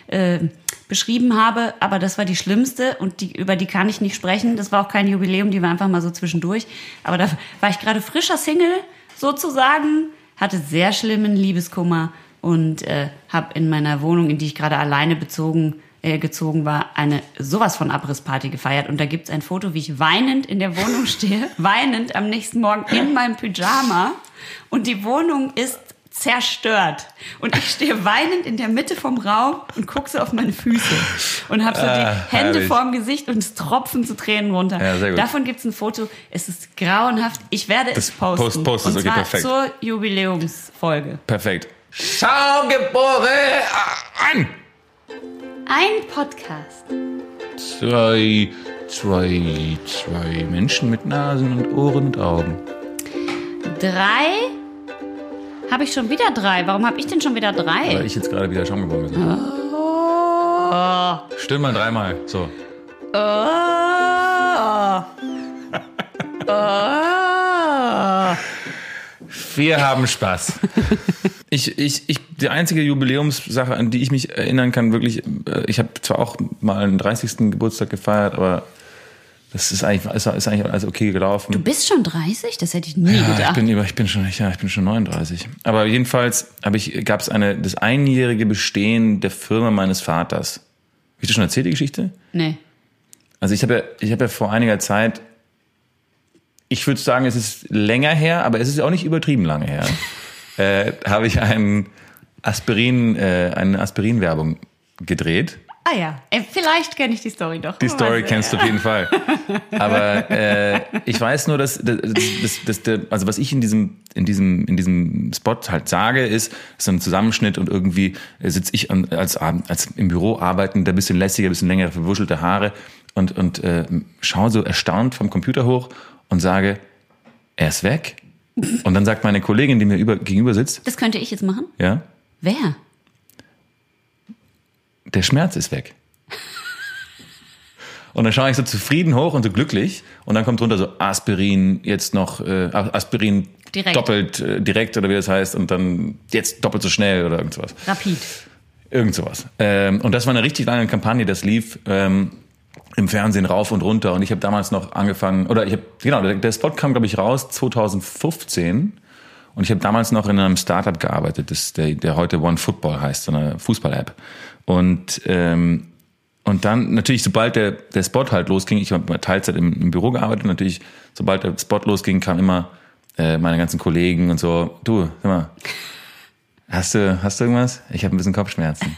beschrieben habe, aber das war die schlimmste und über die kann ich nicht sprechen. Das war auch kein Jubiläum, die war einfach mal so zwischendurch. Aber da war ich gerade frischer Single sozusagen, hatte sehr schlimmen Liebeskummer und habe in meiner Wohnung, in die ich gerade alleine gezogen war, eine sowas von Abrissparty gefeiert. Und da gibt's ein Foto, wie ich weinend in der Wohnung stehe, weinend am nächsten Morgen in meinem Pyjama und die Wohnung ist zerstört. Und ich stehe weinend in der Mitte vom Raum und gucke so auf meine Füße und habe so die Hände vorm Gesicht und es tropfen zu Tränen runter. Ja, sehr gut. Davon gibt's ein Foto. Es ist grauenhaft. Ich werde es posten. Post und okay, zwar perfekt. zur Jubiläumsfolge. Perfekt. Schaumgebore an! Ein Podcast. Zwei Menschen mit Nasen und Ohren und Augen. 3. Habe ich schon wieder 3? Warum habe ich denn schon wieder 3? Weil ich jetzt gerade wieder Schaumgebore gesagt habe. Oh. Stimmt mal 3-mal. So. Wir haben Spaß. Die einzige Jubiläumssache, an die ich mich erinnern kann, wirklich, ich habe zwar auch mal einen 30. Geburtstag gefeiert, aber das ist eigentlich alles okay gelaufen. Du bist schon 30? Das hätte ich nie gedacht. Ich bin schon 39. Aber jedenfalls gab es das einjährige Bestehen der Firma meines Vaters. Habe ich dir schon erzählt, die Geschichte? Nee. Also ich habe ja vor einiger Zeit, ich würde sagen, es ist länger her, aber es ist auch nicht übertrieben lange her, habe ich eine Aspirin-Werbung gedreht. Ah ja, vielleicht kenne ich die Story doch. Die Story kennst du auf jeden Fall. Aber ich weiß nur, dass also was ich in diesem Spot halt sage, ist so ein Zusammenschnitt und irgendwie sitze ich als im Büro arbeitend, ein bisschen lässiger, ein bisschen längere, verwuschelte Haare und schaue so erstaunt vom Computer hoch und sage, er ist weg. Und dann sagt meine Kollegin, die mir gegenüber sitzt. Das könnte ich jetzt machen? Ja. Wer? Der Schmerz ist weg. Und dann schaue ich so zufrieden hoch und so glücklich. Und dann kommt drunter so Aspirin, jetzt noch Aspirin direkt. Doppelt direkt oder wie das heißt. Und dann jetzt doppelt so schnell oder irgend sowas. Rapid. Irgend sowas. Und das war eine richtig lange Kampagne, das lief im Fernsehen rauf und runter. Und ich habe damals noch angefangen, der Spot kam, glaube ich, raus 2015. Und ich habe damals noch in einem Startup gearbeitet, der heute OneFootball heißt, so eine Fußball-App. Und dann natürlich, sobald der Spot halt losging, ich habe Teilzeit im Büro gearbeitet, und natürlich, sobald der Spot losging, kamen immer meine ganzen Kollegen und so, du, sag mal, Hast du irgendwas? Ich habe ein bisschen Kopfschmerzen.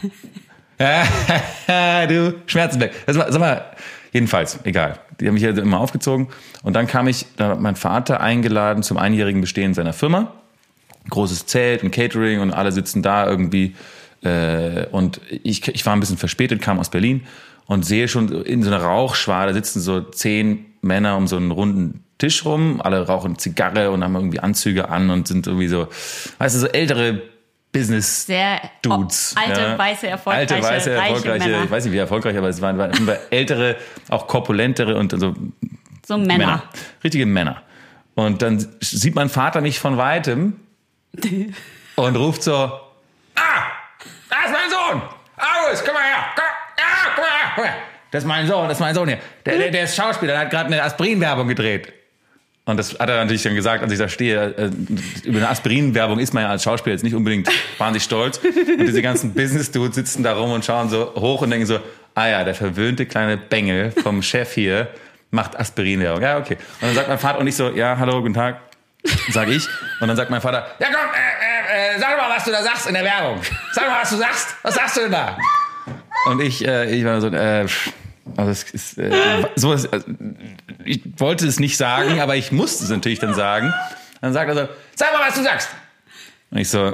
Du, Schmerzenberg. Sag mal, jedenfalls, egal. Die haben mich ja immer aufgezogen. Und dann da hat mein Vater eingeladen zum einjährigen Bestehen seiner Firma. Großes Zelt, ein Catering und alle sitzen da irgendwie. Und ich war ein bisschen verspätet, kam aus Berlin und sehe schon in so einer Rauchschwade sitzen so 10 Männer um so einen runden Tisch rum. Alle rauchen Zigarre und haben irgendwie Anzüge an und sind irgendwie so, weißt du, so ältere Business-Dudes. Alte, weiße, erfolgreiche, reiche Männer. Ich weiß nicht, wie erfolgreich, aber es waren ältere, auch korpulentere und so Männer. Richtige Männer. Und dann sieht mein Vater mich von Weitem und ruft so, da ist mein Sohn! August, komm mal her! Komm mal her! Das ist mein Sohn hier. Der ist Schauspieler, der hat gerade eine Aspirin-Werbung gedreht. Und das hat er natürlich dann gesagt, als ich da stehe. Über eine Aspirin-Werbung ist man ja als Schauspieler jetzt nicht unbedingt wahnsinnig stolz. Und diese ganzen Business-Dudes sitzen da rum und schauen so hoch und denken so, ja, der verwöhnte kleine Bengel vom Chef hier macht Aspirin-Werbung. Ja, okay. Und dann sagt mein Vater und ich so, ja, hallo, guten Tag, sage ich. Und dann sagt mein Vater, ja komm, sag mal, was du da sagst in der Werbung. Sag mal, was du sagst. Was sagst du denn da? Und ich war so, also es ist sowas. Ich wollte es nicht sagen, aber ich musste es natürlich dann sagen. Dann sagt er so, sag mal, was du sagst. Und ich so,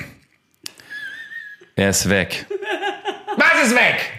er ist weg. Was ist weg?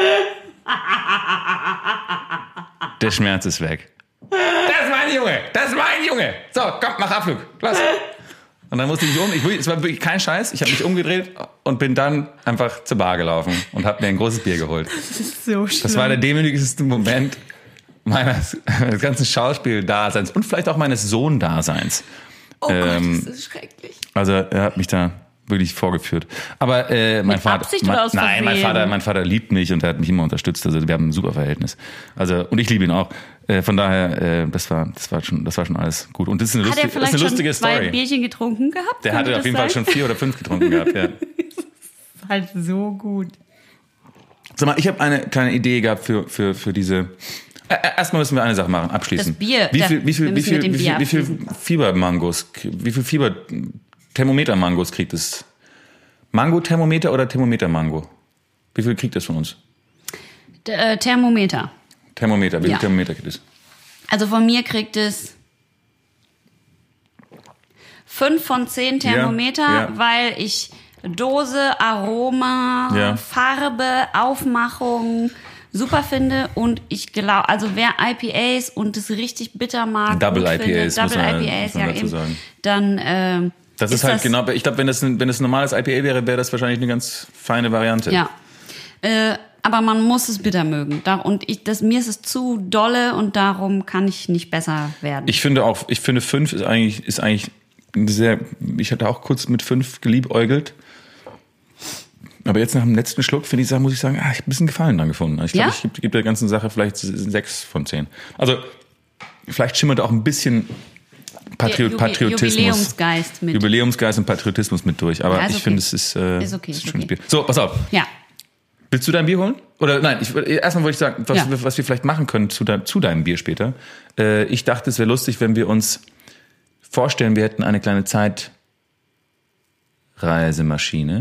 Der Schmerz ist weg. Das ist mein Junge. Das ist mein Junge. So, komm, mach Abflug. Los. Und dann musste ich mich es war wirklich kein Scheiß, ich habe mich umgedreht und bin dann einfach zur Bar gelaufen und habe mir ein großes Bier geholt. Das ist so schlimm. Das war der demütigste Moment meines ganzen Schauspieldaseins und vielleicht auch meines Sohndaseins. Oh Gott, das ist schrecklich. Also er hat mich da wirklich vorgeführt. Aber mein Vater, Absicht oder aus nein, mein Vater liebt mich und er hat mich immer unterstützt. Also wir haben ein super Verhältnis. Also und ich liebe ihn auch. Von daher, das war schon alles gut. Und das ist eine lustige Story. Hat er vielleicht schon 2 Bierchen getrunken gehabt? Der hatte auf jeden Fall schon 4 oder 5 getrunken gehabt. Ja. Das ist halt so gut. Sag mal, ich habe eine kleine Idee gehabt für diese. Erstmal müssen wir eine Sache machen, abschließen. Das Bier. Wie viel Fiebermangos, wie viel Thermometer-Mangos kriegt es? Mango-Thermometer oder Thermometer-Mango? Wie viel kriegt das von uns? Thermometer. Thermometer, wie viel Thermometer kriegt es? Also von mir kriegt es 5 von 10 Thermometer, weil ich Dose, Aroma, Farbe, Aufmachung super finde und ich glaube, also wer IPAs und das richtig bitter mag, Double IPAs, sagen. Dann das ist halt genau, ich glaube, wenn es ein normales IPA wäre das wahrscheinlich eine ganz feine Variante. Ja. Aber man muss es bitter mögen. Mir ist es zu dolle und darum kann ich nicht besser werden. Ich finde 5 ist eigentlich sehr, ich hatte auch kurz mit 5 geliebäugelt. Aber jetzt nach dem letzten Schluck muss ich sagen, ich habe ein bisschen Gefallen dran gefunden. Ich glaube, ich gebe der ganzen Sache vielleicht 6 von 10. Also vielleicht schimmert auch ein bisschen Patriotismus. Jubiläumsgeist und Patriotismus mit durch. Aber ich finde, es ist ein schönes Bier. So, pass auf. Ja. Willst du dein Bier holen? Oder nein, erstmal wollte ich sagen, was wir vielleicht machen können zu deinem Bier später. Ich dachte, es wäre lustig, wenn wir uns vorstellen, wir hätten eine kleine Zeitreisemaschine.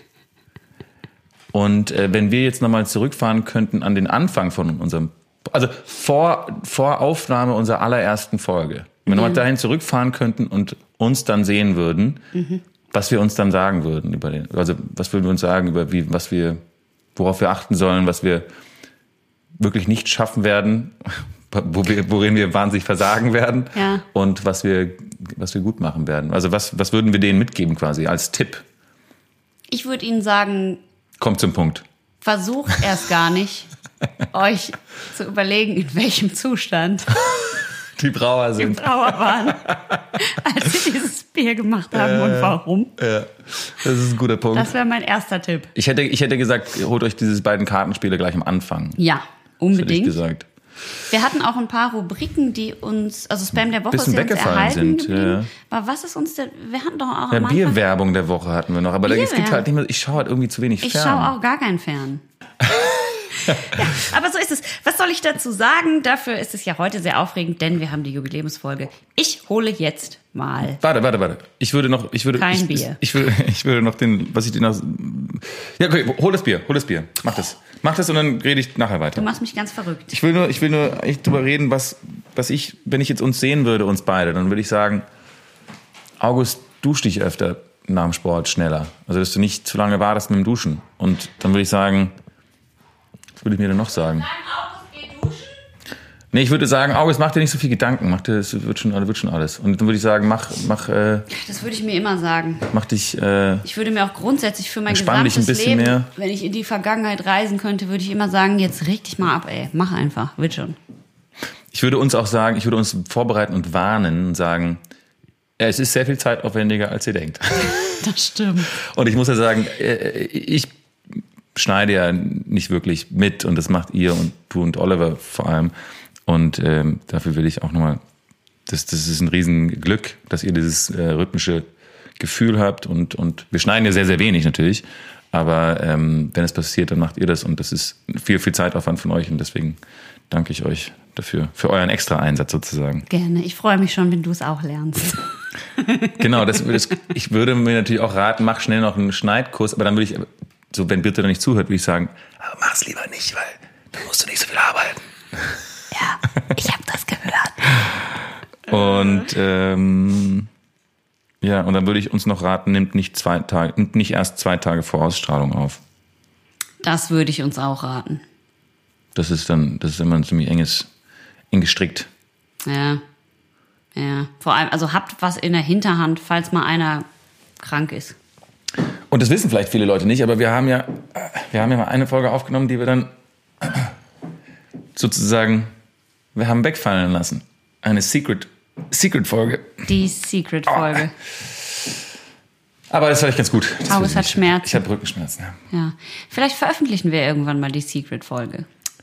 Und wenn wir jetzt nochmal zurückfahren könnten an den Anfang von unserem, also vor Aufnahme unserer allerersten Folge. Wenn wir nochmal dahin zurückfahren könnten und uns dann sehen würden, was wir uns dann sagen würden was würden wir uns sagen über worauf wir achten sollen, was wir wirklich nicht schaffen werden, worin wir wahnsinnig versagen werden und was wir gut machen werden. Also was würden wir denen mitgeben quasi als Tipp? Ich würde Ihnen sagen, kommt zum Punkt. Versucht erst gar nicht, euch zu überlegen, in welchem Zustand die Brauer waren, als sie dieses Bier gemacht haben und warum. Ja, das ist ein guter Punkt. Das wäre mein erster Tipp. Ich hätte gesagt, holt euch diese beiden Kartenspiele gleich am Anfang. Ja, unbedingt. Das hätte ich gesagt. Wir hatten auch ein paar Rubriken, die uns, also Spam der Woche bisschen ist uns erhalten geblieben. Ja. Aber was ist uns denn, wir hatten doch auch am Bierwerbung der Woche hatten wir noch, aber es gibt halt nicht mehr, ich schaue halt irgendwie zu wenig fern. Ich schaue auch gar keinen fern. aber so ist es. Was soll ich dazu sagen? Dafür ist es ja heute sehr aufregend, denn wir haben die Jubiläumsfolge. Ich hole jetzt mal. Warte. Ich würde Kein Bier. Ich würde noch Ja, okay, hol das Bier. Mach das und dann rede ich nachher weiter. Du machst mich ganz verrückt. Ich will nur echt drüber reden, was ich, wenn ich jetzt uns sehen würde, uns beide, dann würde ich sagen, August, dusch dich öfter nach dem Sport schneller. Also, dass du nicht zu lange wartest mit dem Duschen. Und dann würde ich sagen, was würde ich mir denn noch sagen? August, geh duschen? Nee, ich würde sagen, August, mach dir nicht so viel Gedanken. Es wird schon alles. Und dann würde ich sagen, mach. Das würde ich mir immer sagen. Mach dich. Ich würde mir auch grundsätzlich für mein entspann dich gesamtes ein bisschen Leben, mehr. wenn ich in die Vergangenheit reisen könnte, würde ich immer sagen, jetzt reg dich mal ab, ey. Mach einfach, wird schon. Ich würde uns vorbereiten und warnen und sagen, es ist sehr viel zeitaufwendiger, als ihr denkt. Das stimmt. Und ich muss ja sagen, ich schneide ja nicht wirklich mit und das macht ihr und du und Oliver vor allem. Und dafür will ich auch nochmal, das ist ein Riesenglück, dass ihr dieses rhythmische Gefühl habt und wir schneiden ja sehr, sehr wenig natürlich. Aber wenn es passiert, dann macht ihr das und das ist viel, viel Zeitaufwand von euch und deswegen danke ich euch dafür, für euren extra Einsatz sozusagen. Gerne, ich freue mich schon, wenn du es auch lernst. Genau, ich würde mir natürlich auch raten, mach schnell noch einen Schneidkurs, aber dann würde ich, so wenn Birte dann nicht zuhört, würde ich sagen, aber mach's lieber nicht, weil dann musst du nicht so viel arbeiten. Ja, ich habe das gehört. Und und dann würde ich uns noch raten, nimmt nicht erst 2 Tage vor Ausstrahlung auf. Das würde ich uns auch raten. Das ist immer ein ziemlich eng gestrickt. Ja. Vor allem, also habt was in der Hinterhand, falls mal einer krank ist. Und das wissen vielleicht viele Leute nicht, aber wir haben ja mal eine Folge aufgenommen, die wir dann sozusagen, wir haben wegfallen lassen. Eine Secret-Folge. Die Secret-Folge. Aber das war echt ganz gut. August hat Schmerzen. Ich habe Rückenschmerzen. Ja. Vielleicht veröffentlichen wir irgendwann mal die Secret-Folge.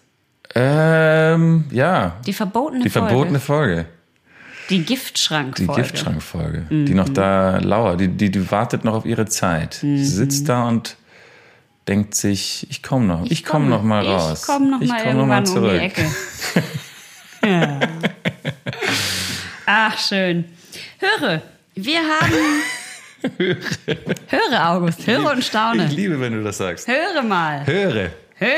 Ja. Die verbotene Folge. Die Giftschrank-Folge. Die noch da lauert. Die wartet noch auf ihre Zeit. Sie sitzt da und denkt sich, ich komme noch mal raus. Ich komme noch mal irgendwann zurück. Um die Ecke. Ja. Ach, schön. Höre August, höre und staune. Ich liebe, wenn du das sagst. Höre mal. Höre.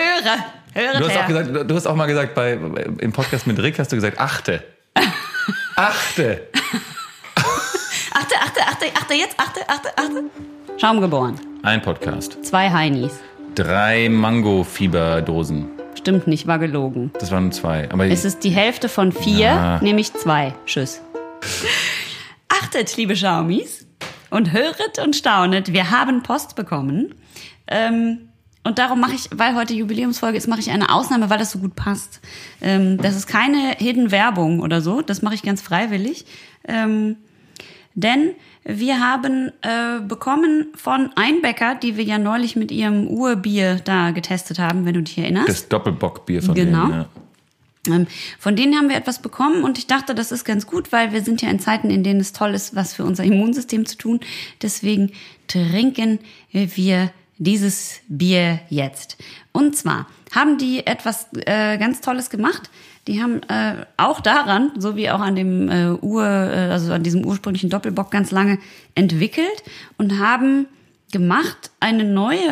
Du Du hast auch mal gesagt, im Podcast mit Rick hast du gesagt, achte. Achte. Achte. Schaum geboren. Ein Podcast. 2 Heinis. 3 Mango-Fieberdosen. Stimmt nicht, war gelogen. Das waren 2. Aber Es ist die Hälfte von 4, nämlich 2. Tschüss. Achtet, liebe Schaumis, und höret und staunet. Wir haben Post bekommen. Und darum weil heute Jubiläumsfolge ist, mache ich eine Ausnahme, weil das so gut passt. Das ist keine Hidden Werbung oder so. Das mache ich ganz freiwillig. Denn wir haben bekommen von Einbecker, die wir ja neulich mit ihrem Urbier da getestet haben, wenn du dich erinnerst. Das Doppelbockbier von Genau. denen, ja. Von denen haben wir etwas bekommen und ich dachte, das ist ganz gut, weil wir sind ja in Zeiten, in denen es toll ist, was für unser Immunsystem zu tun. Deswegen trinken wir dieses Bier jetzt. Und zwar haben die etwas ganz Tolles gemacht. Die haben auch daran, so wie auch an dem also an diesem ursprünglichen Doppelbock ganz lange entwickelt und haben gemacht ein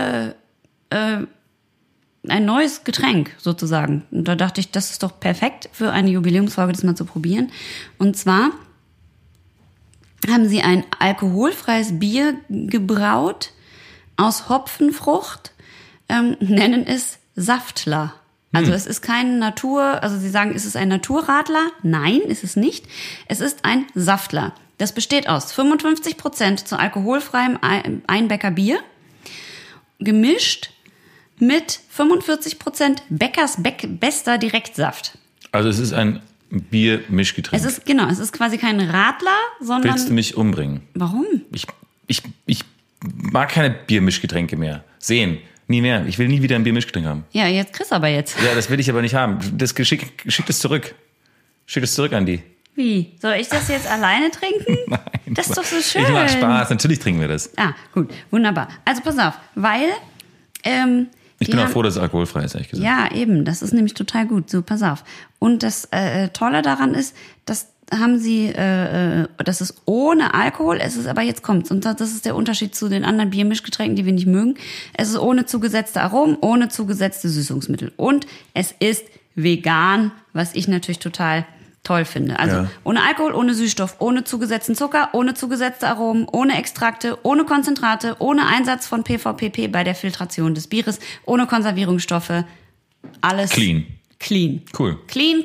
neues Getränk sozusagen. Und da dachte ich, das ist doch perfekt für eine Jubiläumsfolge, das mal zu probieren. Und zwar haben sie ein alkoholfreies Bier gebraut aus Hopfenfrucht, nennen es Saftler. Also es ist kein also sie sagen, ist es ein Naturradler? Nein, ist es nicht. Es ist ein Saftler. Das besteht aus 55% zu alkoholfreiem Einbecker Bier, gemischt mit 45% Beckers bester Direktsaft. Also es ist ein Bier-Mischgetränk. Es ist quasi kein Radler, sondern... Willst du mich umbringen? Warum? Ich mag keine Biermischgetränke mehr. Sehen. Nie mehr. Ich will nie wieder ein Biermischgetränk haben. Ja, jetzt kriegst du aber jetzt. Ja, das will ich aber nicht haben. Schick es zurück. Schick es zurück an die. Wie? Soll ich das jetzt alleine trinken? Nein. Das ist doch so schön. Ich mach Spaß. Natürlich trinken wir das. Ah, gut. Wunderbar. Also pass auf. Weil Ich bin auch froh, dass es alkoholfrei ist, ehrlich gesagt. Ja, eben. Das ist nämlich total gut. So, pass auf. Und das Tolle daran ist, das ist ohne Alkohol, es ist aber jetzt kommt's. Und das ist der Unterschied zu den anderen Biermischgetränken, die wir nicht mögen. Es ist ohne zugesetzte Aromen, ohne zugesetzte Süßungsmittel. Und es ist vegan, was ich natürlich total toll finde. Also ohne Alkohol, ohne Süßstoff, ohne zugesetzten Zucker, ohne zugesetzte Aromen, ohne Extrakte, ohne Konzentrate, ohne Einsatz von PVPP bei der Filtration des Bieres, ohne Konservierungsstoffe. Alles Clean. Cool. Clean.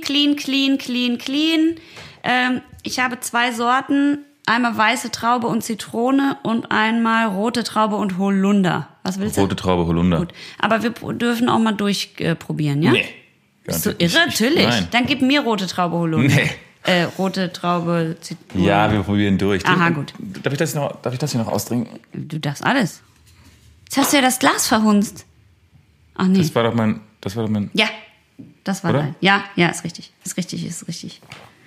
Ich habe 2 Sorten. Einmal weiße Traube und Zitrone und einmal rote Traube und Holunder. Was willst du? Rote Traube, Holunder. Gut. Aber wir dürfen auch mal durchprobieren, ja? Nee. Bist du irre? Natürlich. Nein. Dann gib mir rote Traube Holunder. Nee. Rote Traube, Zitrone. Ja, wir probieren durch. Aha, gut. Darf ich das hier noch austrinken? Du darfst alles. Jetzt hast du ja das Glas verhunzt. Ach nee. Das war doch mein... Ja, das war Oder? dein. Ja, ist richtig. Ist alles richtig.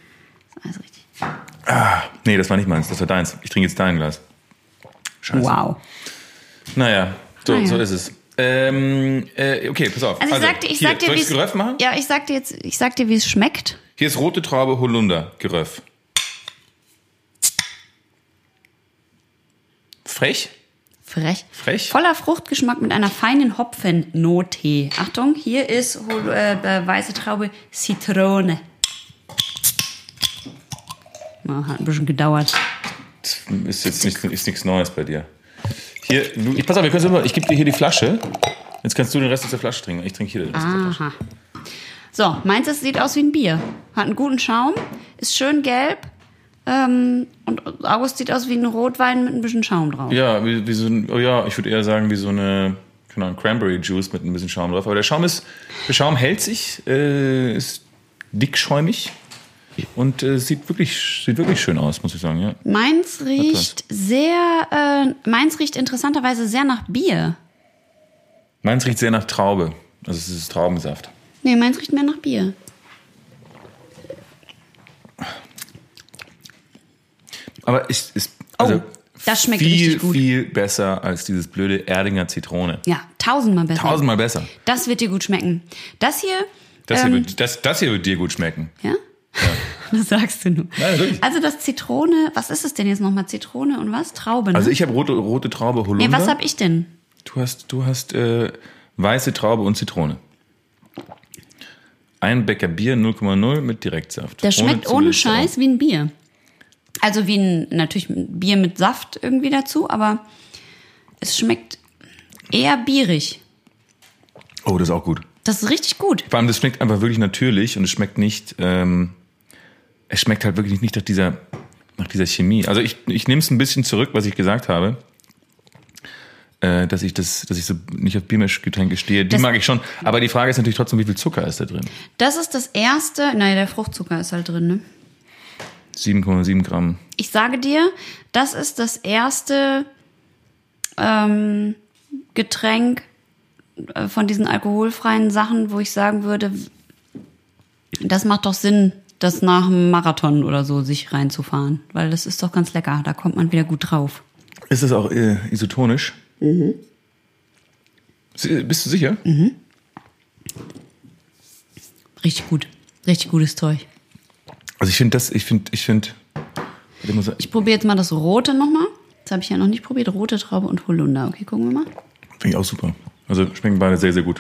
Nee, das war nicht meins, das war deins. Ich trinke jetzt dein Glas. Scheiße. Wow. Naja, so ist es. Okay, pass auf. Also ich sag dir, soll wie ich Geröff machen? Ja, ich sag dir, wie es schmeckt. Hier ist rote Traube, Holunder, Geröff. Frech? Frech. Frech? Voller Fruchtgeschmack mit einer feinen Hopfennote. Achtung, hier ist weiße Traube, Zitrone. Hat ein bisschen gedauert. Das ist jetzt nichts Neues bei dir. Hier, pass auf, ich gebe dir hier die Flasche. Jetzt kannst du den Rest aus der Flasche trinken. Ich trinke hier den Rest aus der Flasche. So, meins sieht aus wie ein Bier. Hat einen guten Schaum, ist schön gelb. Und August sieht aus wie ein Rotwein mit ein bisschen Schaum drauf. Ja, wie so ein, ich würde eher sagen, wie so eine Cranberry Juice mit ein bisschen Schaum drauf. Aber der Schaum hält sich, ist dickschäumig. Und sieht wirklich schön aus, muss ich sagen. Ja. Meins riecht interessanterweise sehr nach Bier. Meins riecht sehr nach Traube. Also es ist Traubensaft. Nee, meins riecht mehr nach Bier. Aber das schmeckt viel, richtig gut. Viel besser als dieses blöde Erdinger Zitrone. Ja, 1000-mal besser. 1000-mal besser. Das wird dir gut schmecken. Das hier wird dir gut schmecken. Ja? Das sagst du nur. Nein, wirklich. Also das Zitrone, was ist es denn jetzt nochmal? Zitrone und was? Traube, ne? Also ich habe rote Traube, Holunder. Nee, was habe ich denn? Du hast weiße Traube und Zitrone. Ein Becher Bier 0,0 mit Direktsaft. Das schmeckt ohne Scheiß wie ein Bier. Also natürlich ein Bier mit Saft irgendwie dazu, aber es schmeckt eher bierig. Oh, das ist auch gut. Das ist richtig gut. Vor allem, das schmeckt einfach wirklich natürlich und es schmeckt nicht, es schmeckt halt wirklich nicht nach dieser Chemie. Also ich nehme es ein bisschen zurück, was ich gesagt habe, dass ich so nicht auf Biermischgetränke stehe. Die mag ich schon. Aber die Frage ist natürlich trotzdem, wie viel Zucker ist da drin? Das ist das erste, der Fruchtzucker ist halt drin, ne? 7,7 Gramm. Ich sage dir, das ist das erste Getränk von diesen alkoholfreien Sachen, wo ich sagen würde, das macht doch Sinn, das nach einem Marathon oder so sich reinzufahren. Weil das ist doch ganz lecker, da kommt man wieder gut drauf. Ist das auch isotonisch? Mhm. Bist du sicher? Mhm. Richtig gut. Richtig gutes Zeug. Also ich probiere jetzt mal das Rote nochmal. Das habe ich ja noch nicht probiert. Rote Traube und Holunder. Okay, gucken wir mal. Finde ich auch super. Also schmecken beide sehr, sehr gut.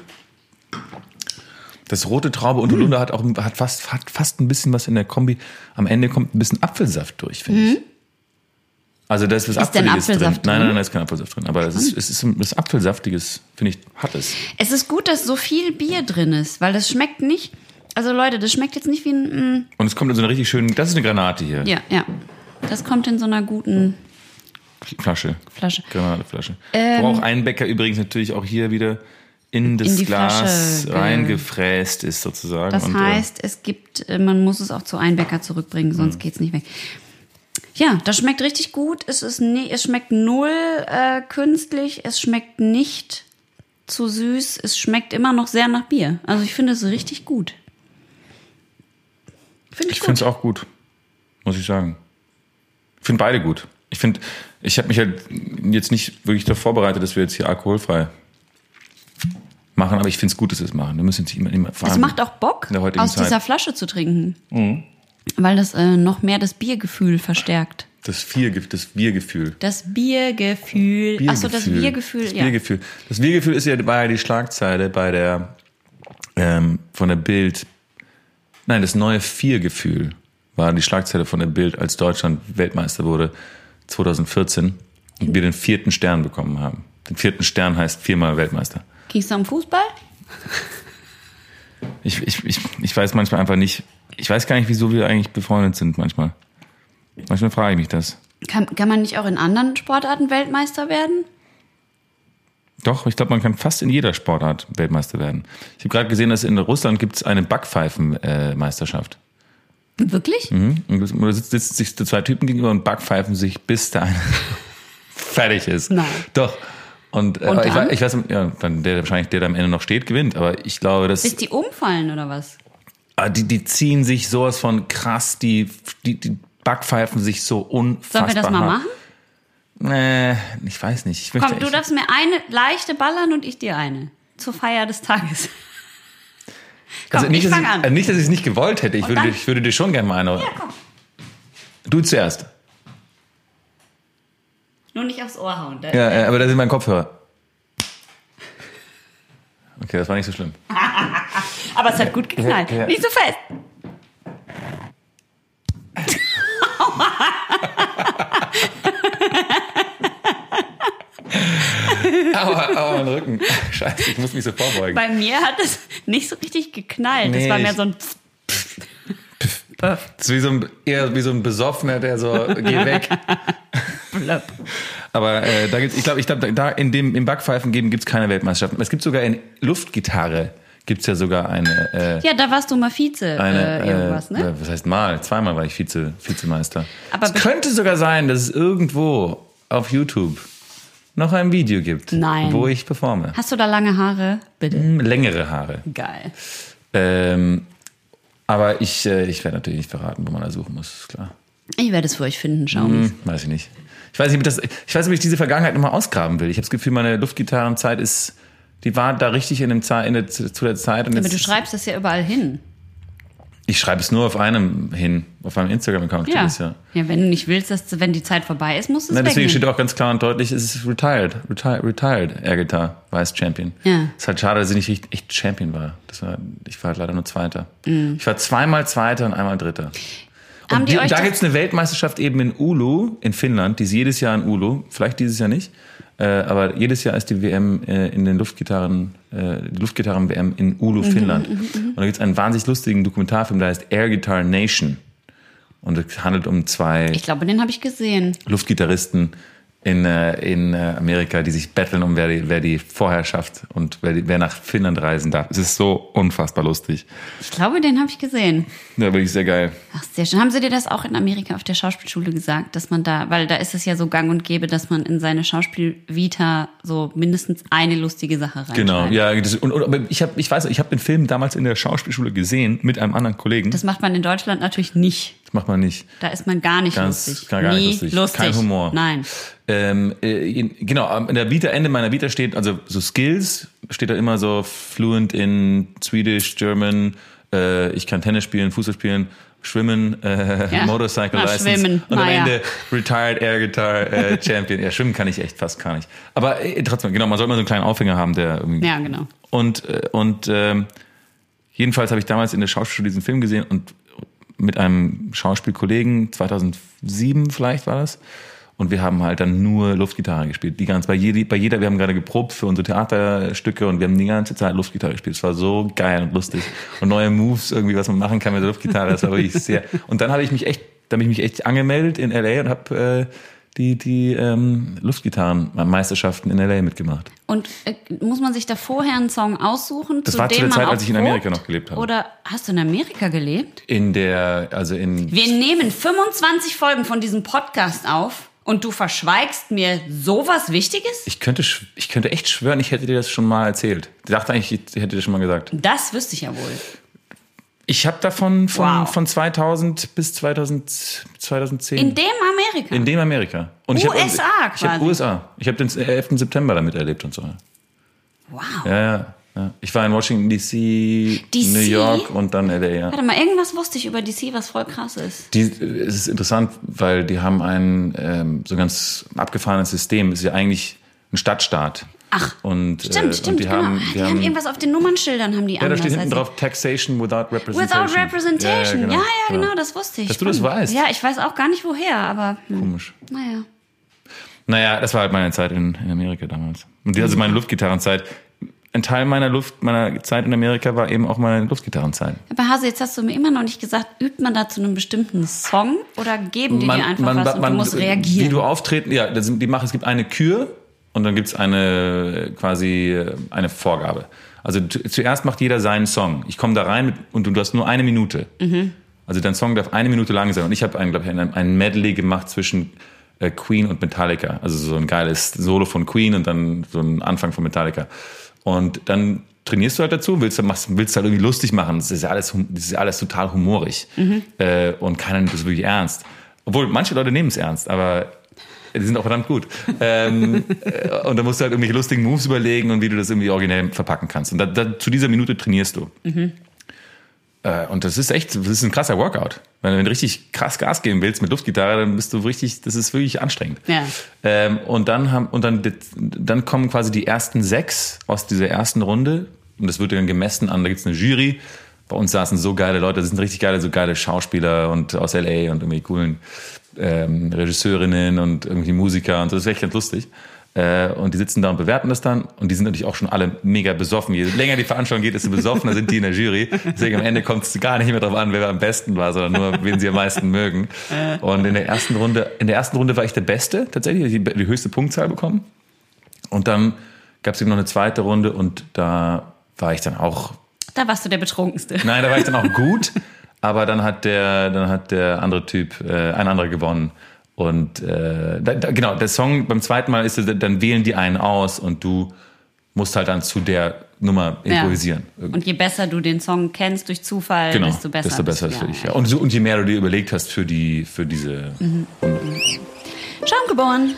Das rote Traube und Holunder hat fast ein bisschen was in der Kombi. Am Ende kommt ein bisschen Apfelsaft durch, finde ich. Also da ist was Apfeliges drin. Nein, da ist kein Apfelsaft drin. Aber es ist was Apfelsaftiges, finde ich, hat es. Es ist gut, dass so viel Bier drin ist, weil das schmeckt nicht. Also Leute, das schmeckt jetzt nicht wie ein... Und es kommt in so einer richtig schönen... Das ist eine Granate hier. Ja. Das kommt in so einer guten... Flasche. Granateflasche. Wo auch ein Bäcker übrigens natürlich auch hier wieder in das Glas Flasche reingefräst ist sozusagen. Das heißt, man muss es auch zu Einbäcker zurückbringen, sonst geht's nicht weg. Ja, das schmeckt richtig gut. Es schmeckt null künstlich. Es schmeckt nicht zu süß. Es schmeckt immer noch sehr nach Bier. Also ich finde es richtig gut. Ich finde es auch gut, muss ich sagen. Ich finde beide gut. Ich habe mich halt jetzt nicht wirklich darauf vorbereitet, dass wir jetzt hier alkoholfrei machen, aber ich finde es gut, dass wir es machen. Wir müssen jetzt immer Es macht auch Bock, aus dieser Flasche zu trinken. Weil das noch mehr das Biergefühl verstärkt. Das Biergefühl. Das Biergefühl. Achso, das Biergefühl, ja. Das Biergefühl war ja die Schlagzeile bei der von der Bild. Nein, das neue Viergefühl war die Schlagzeile von der Bild, als Deutschland Weltmeister wurde 2014 und wir den 4. Stern bekommen haben. Den 4. Stern heißt 4-mal Weltmeister. Ging es da um Fußball? Ich weiß manchmal einfach nicht, ich weiß gar nicht, wieso wir eigentlich befreundet sind manchmal. Manchmal frage ich mich das. Kann man nicht auch in anderen Sportarten Weltmeister werden? Doch, ich glaube, man kann fast in jeder Sportart Weltmeister werden. Ich habe gerade gesehen, dass in Russland gibt es eine Backpfeifen-Meisterschaft. Wirklich? Mhm. Und da sitzen sich zwei Typen gegenüber und backpfeifen sich, bis der eine fertig ist. Nein. Doch. Und dann? ich weiß, ja, dann der am Ende noch steht, gewinnt. Aber ich glaube, dass bis die umfallen oder was? Die ziehen sich sowas von krass, die backpfeifen sich so unfassbar. Sollen wir das mal machen? Ich weiß nicht. Komm, du darfst mir eine leichte ballern und ich dir eine. Zur Feier des Tages. Komm, also nicht, ich fang an. Nicht, dass ich es nicht gewollt hätte. Ich würde dir schon gerne mal eine. Ja, komm. Du zuerst. Nur nicht aufs Ohr hauen. Ja, aber da sind meine Kopfhörer. Okay, das war nicht so schlimm. Aber es hat gut geknallt. Ja. Nicht so fest. Aua, mein Rücken. Scheiße, ich muss mich so vorbeugen. Bei mir hat es nicht so richtig geknallt. Nee, das war mehr so ein das ist eher wie so ein Besoffener, der so, geh weg. Aber da gibt's, ich glaube, da im Backpfeifen gibt's keine Weltmeisterschaften. Es gibt sogar in Luftgitarre gibt's ja sogar eine. Ja, da warst du mal Vize irgendwas, ne? Was heißt mal? Zweimal war ich Vizemeister. Aber es könnte sogar sein, dass es irgendwo auf YouTube noch ein Video gibt, wo ich performe. Hast du da lange Haare? Bitte. Längere Haare. Geil. Aber ich werde natürlich nicht verraten, wo man da suchen muss, ist klar. Ich werde es für euch finden, schauen. Weiß ich nicht. Ich weiß nicht, ob ich diese Vergangenheit nochmal ausgraben will. Ich habe das Gefühl, meine Luftgitarrenzeit die war da richtig zu der Zeit. Und aber du schreibst das ja überall hin. Ich schreibe es nur auf meinem Instagram-Account. Ja. Ja, wenn du nicht willst, wenn die Zeit vorbei ist, musst du es wegnehmen. Deswegen steht auch ganz klar und deutlich, es ist retired Air Guitar, Vice Champion. Ja. Ist halt schade, dass ich nicht echt Champion war. Ich war halt leider nur Zweiter. Mhm. Ich war zweimal Zweiter und einmal Dritter. Und da gibt es eine Weltmeisterschaft eben in Oulu, in Finnland, die ist jedes Jahr in Oulu, vielleicht dieses Jahr nicht, aber jedes Jahr ist die WM in den Luftgitarren-WM in Oulu, Finnland. Und da gibt es einen wahnsinnig lustigen Dokumentarfilm, der heißt Air Guitar Nation. Und es handelt um zwei... Ich glaube, den habe ich gesehen. Luftgitarristen in Amerika, die sich betteln um wer die Vorherrschaft und wer nach Finnland reisen darf. Es ist so unfassbar lustig. Ich glaube, den habe ich gesehen. Ja, wirklich sehr geil. Ach, sehr schön. Haben Sie dir das auch in Amerika auf der Schauspielschule gesagt, dass man weil da ist es ja so gang und gäbe, dass man in seine Schauspielvita so mindestens eine lustige Sache reinschreibt. Genau, ja. Aber ich habe den Film damals in der Schauspielschule gesehen mit einem anderen Kollegen. Das macht man in Deutschland natürlich nicht. Das macht man nicht. Da ist man gar nicht lustig. Gar nicht lustig. Kein Humor. Nein. Genau, am Ende meiner Vita steht, also so Skills, steht da immer so fluent in Swedish, German, ich kann Tennis spielen, Fußball spielen, schwimmen, Motorcycle License. Schwimmen. Und am Ende Retired Air Guitar Champion. Ja, schwimmen kann ich echt fast gar nicht. Aber trotzdem, genau, man soll immer so einen kleinen Aufhänger haben, der irgendwie... Ja, genau. Und jedenfalls habe ich damals in der Schauspielschule diesen Film gesehen und mit einem Schauspielkollegen, 2007 vielleicht war das. Und wir haben halt dann nur Luftgitarre gespielt. Wir haben gerade geprobt für unsere Theaterstücke und wir haben die ganze Zeit Luftgitarre gespielt. Es war so geil und lustig. Und neue Moves irgendwie, was man machen kann mit der Luftgitarre, das war wirklich sehr. Und dann habe ich mich echt angemeldet in LA und habe die Luftgitarrenmeisterschaften in LA mitgemacht. Und muss man sich da vorher einen Song aussuchen? Das war zu der Zeit, als ich in Amerika noch gelebt habe. Oder hast du in Amerika gelebt? Wir nehmen 25 Folgen von diesem Podcast auf. Und du verschweigst mir sowas Wichtiges? Ich könnte echt schwören, ich hätte dir das schon mal erzählt. Ich dachte eigentlich, ich hätte dir das schon mal gesagt. Das wüsste ich ja wohl. Ich habe davon von 2000 bis 2010. In dem Amerika? In dem Amerika. Und USA quasi? Ich habe USA. Ich habe den 11. September damit erlebt und so. Wow. Ja. Ja. Ich war in Washington DC, New York und dann LA, ja. Warte mal, irgendwas wusste ich über DC, was voll krass ist. Es ist interessant, weil die haben ein so ganz abgefahrenes System. Es ist ja eigentlich ein Stadtstaat. Ach, und, stimmt, und die haben irgendwas auf den Nummernschildern, haben die anders. Ja, da steht hinten als drauf, Taxation without Representation. Without Representation, ja, genau, das wusste ich. Dass du das weißt. Ja, ich weiß auch gar nicht woher, aber... Komisch. Naja, das war halt meine Zeit in Amerika damals. Und also meine Luftgitarrenzeit. Ein Teil meiner Zeit in Amerika war eben auch meine Luftgitarrenzeit. Aber Hase, jetzt hast du mir immer noch nicht gesagt, übt man da zu einem bestimmten Song oder geben die dir einfach was und du musst reagieren? Wie du auftreten, ja, es gibt eine Kür und dann gibt's eine Vorgabe. Also zuerst macht jeder seinen Song. Ich komme da rein und du hast nur 1 Minute. Mhm. Also dein Song darf 1 Minute lang sein. Und ich habe ein Medley gemacht zwischen Queen und Metallica. Also so ein geiles Solo von Queen und dann so ein Anfang von Metallica. Und dann trainierst du halt dazu, willst halt irgendwie lustig machen. Das ist ja alles total humorig. Mhm. Und keiner nimmt das wirklich ernst. Obwohl, manche Leute nehmen es ernst, aber die sind auch verdammt gut. Und da musst du halt irgendwelche lustigen Moves überlegen und wie du das irgendwie originell verpacken kannst. Und zu dieser Minute trainierst du. Mhm. Und das ist ein krasser Workout. Wenn du richtig krass Gas geben willst mit Luftgitarre, dann das ist wirklich anstrengend. Ja. Und dann kommen quasi die ersten 6 aus dieser ersten Runde. Und das wird dann gemessen da gibt's eine Jury. Bei uns saßen so geile Leute, das sind richtig geile Schauspieler und aus LA und irgendwie coolen Regisseurinnen und irgendwie Musiker und so. Das ist echt ganz lustig. Und die sitzen da und bewerten das dann. Und die sind natürlich auch schon alle mega besoffen. Je länger die Veranstaltung geht, desto besoffener sind die in der Jury. Deswegen am Ende kommt es gar nicht mehr darauf an, wer am besten war, sondern nur, wen sie am meisten mögen. Und in der ersten Runde war ich der Beste, tatsächlich. Die höchste Punktzahl bekommen. Und dann gab es eben noch eine zweite Runde und da war ich dann auch... Da warst du der Betrunkenste. Nein, da war ich dann auch gut. Aber dann hat der andere Typ, ein anderer gewonnen. Und genau, der Song beim zweiten Mal dann wählen die einen aus und du musst halt dann zu der Nummer improvisieren. Ja. Und je besser du den Song kennst durch Zufall, desto besser ist es für dich. Ja. Und je mehr du dir überlegt hast für diese Runde. Schaumgeboren.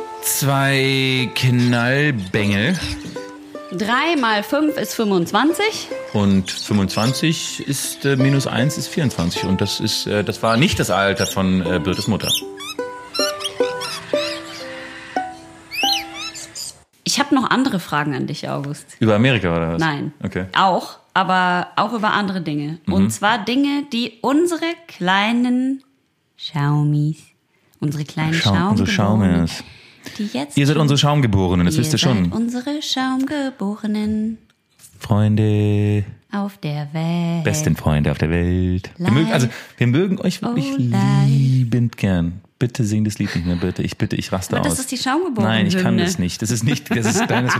2 Knallbengel. 3 mal 5 ist 25. Und 25 ist minus 1 ist 24. Und das war nicht das Alter von Birtes Mutter. Ich habe noch andere Fragen an dich, August. Über Amerika oder was? Nein. Okay. Auch, aber auch über andere Dinge. Mhm. Und zwar Dinge, die unsere kleinen Schaumis, unsere kleinen Schaumgeborenen, die jetzt... Ihr seid unsere Schaumgeborenen, das wisst ihr schon. Unsere Schaumgeborenen. Freunde... auf der Welt. Besten Freunde auf der Welt. Wir mögen euch wirklich liebend gern. Bitte sing das Lied nicht mehr, bitte. Ich raste aus. Das ist die Schaumgeborenen. Nein, ich kann das nicht. Das ist garantiert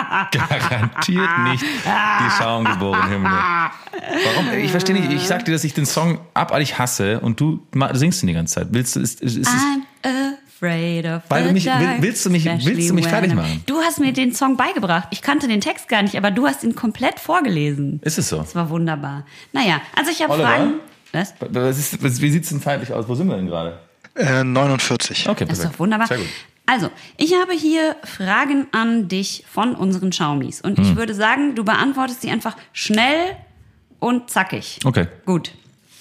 nicht die Schaumgeborenen-Hymne. Warum? Ich verstehe nicht. Ich sag dir, dass ich den Song abartig hasse und du singst ihn die ganze Zeit. I'm afraid of the dark. Willst du mich fertig machen? Du hast mir den Song beigebracht. Ich kannte den Text gar nicht, aber du hast ihn komplett vorgelesen. Ist es so? Das war wunderbar. Naja, also ich habe Fragen. Was? Wie sieht's denn zeitlich aus? Wo sind wir denn gerade? 49. Okay, das ist doch wunderbar. Sehr gut. Also, ich habe hier Fragen an dich von unseren Schaumis. Und ich würde sagen, du beantwortest die einfach schnell und zackig. Okay. Gut.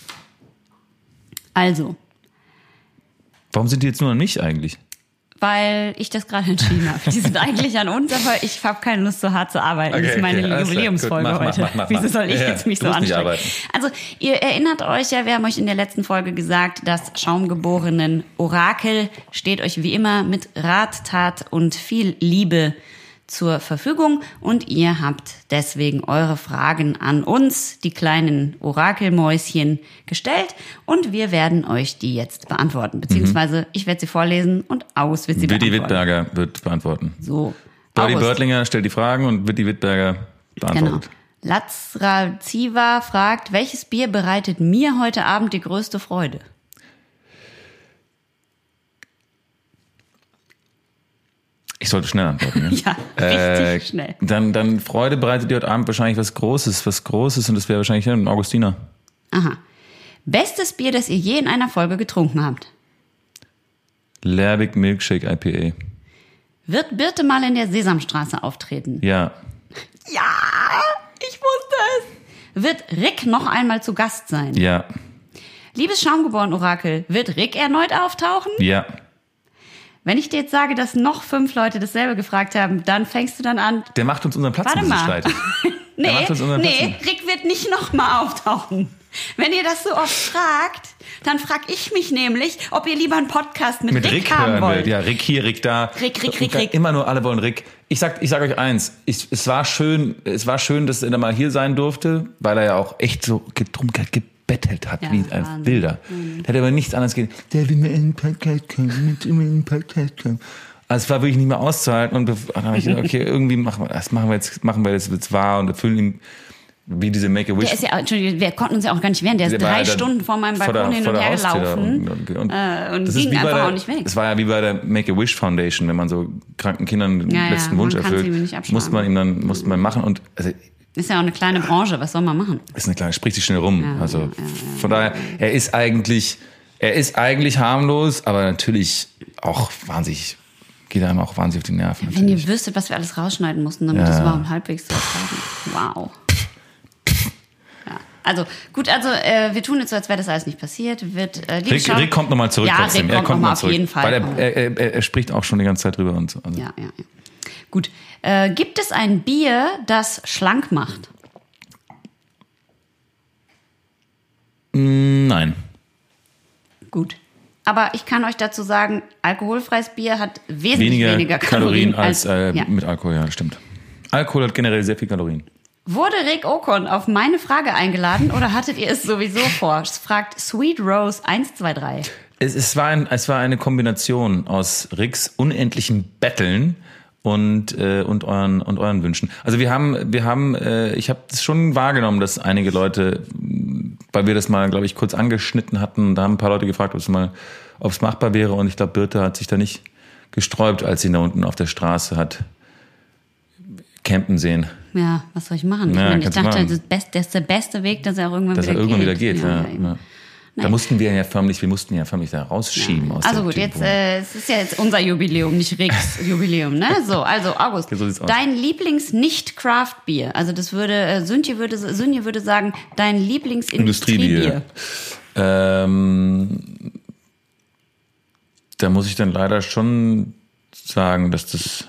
Also. Warum sind die jetzt nur an mich eigentlich? Weil ich das gerade entschieden habe. Die sind eigentlich an uns, aber ich habe keine Lust, so hart zu arbeiten. Okay, das ist meine Jubiläumsfolge heute. Wieso soll ich jetzt mich so anstrengen? Also, ihr erinnert euch ja, wir haben euch in der letzten Folge gesagt, das Schaumgeborenen Orakel steht euch wie immer mit Rat, Tat und viel Liebe zur Verfügung und ihr habt deswegen eure Fragen an uns, die kleinen Orakelmäuschen, gestellt und wir werden euch die jetzt beantworten, beziehungsweise ich werde sie vorlesen und August wird sie beantworten. Witti Wittberger wird beantworten. So. Birdie Börtlinger stellt die Fragen und Witti Wittberger beantwortet. Genau. Lazraziva fragt, welches Bier bereitet mir heute Abend die größte Freude? Ich sollte schnell antworten. Ne? Ja, richtig schnell. Dann Freude bereitet dir heute Abend wahrscheinlich was Großes und das wäre wahrscheinlich ein Augustiner. Aha. Bestes Bier, das ihr je in einer Folge getrunken habt? Lerwick Milkshake IPA. Wird Birte mal in der Sesamstraße auftreten? Ja. Ja, ich wusste es. Wird Rick noch einmal zu Gast sein? Ja. Liebes Schaumgeboren-Orakel, wird Rick erneut auftauchen? Ja. Wenn ich dir jetzt sage, dass noch 5 Leute dasselbe gefragt haben, dann fängst du dann an. Der macht uns unseren Platz Warte ein bisschen mal. streitig. Nee, Platz. Rick wird nicht nochmal auftauchen. Wenn ihr das so oft fragt, dann frag ich mich nämlich, ob ihr lieber einen Podcast mit Rick haben hören wollt. wollt. Ja, Rick hier, Rick da. Rick. Immer nur alle wollen Rick. Ich sag euch eins. Es war schön, dass er mal hier sein durfte, weil er ja auch echt so gebettelt hat, Ja, wie ein Wahnsinn. Wilder. Der hat aber nichts anderes gegeben. Der will mir in den Podcast kommen, mit in den Podcast kommen. Also es war wirklich nicht mehr auszuhalten und dann habe ich gesagt, okay, irgendwie machen wir jetzt wahr und erfüllen ihm wie diese Make-A-Wish. Der ist ja, Entschuldigung, wir konnten uns ja auch gar nicht wehren. Der ist 3 Stunden vor meinem Balkon hin und her gelaufen und das ging ist wie einfach auch nicht weg. Es war ja wie bei der Make-A-Wish Foundation, wenn man so kranken Kindern den letzten Wunsch man kann's erfüllt, ihm nicht abschlagen. musste man machen und also, Ist ja auch eine kleine Branche, was soll man machen? ist eine kleine, spricht sich schnell rum. Von daher, er ist eigentlich harmlos, aber natürlich auch wahnsinnig, geht einem auch wahnsinnig auf die Nerven. Wenn Natürlich. ihr wüsstet, was wir alles rausschneiden mussten, damit das überhaupt halbwegs zu ertragen. Wow. Ja. Also, gut, wir tun jetzt so, als wäre das alles nicht passiert. Rick kommt nochmal zurück. Ja, trotzdem. Rick kommt nochmal auf jeden Fall. Weil er spricht auch schon die ganze Zeit drüber und so. Also. Ja. Gut. Gibt es ein Bier, das schlank macht? Nein. Gut. Aber ich kann euch dazu sagen, alkoholfreies Bier hat wesentlich weniger Kalorien als ja. mit Alkohol, ja, stimmt. Alkohol hat generell sehr viel Kalorien. Wurde Rick Ocon auf meine Frage eingeladen oder hattet ihr es sowieso vor? Es fragt Sweet Rose 123. Es war eine Kombination aus Ricks unendlichen Betteln und euren Wünschen. Also ich habe es schon wahrgenommen, dass einige Leute, weil wir das mal, glaube ich, kurz angeschnitten hatten, da haben ein paar Leute gefragt, ob es machbar wäre, und ich glaube, Birte hat sich da nicht gesträubt, als sie ihn da unten auf der Straße hat campen sehen. Ja, was soll ich machen? Ja, Ich dachte, das ist der beste Weg, dass er auch irgendwann wieder geht. Ja. Da mussten wir ja förmlich da rausschieben. Aus Also der gut, Typo. es ist ja jetzt unser Jubiläum, nicht Ricks Jubiläum, ne? So, also August, Okay, so sieht's aus. dein Lieblings-Nicht-Craft-Bier. Also das würde, Sünje würde sagen, dein Lieblings-Industriebier. Da muss ich dann leider schon sagen, dass das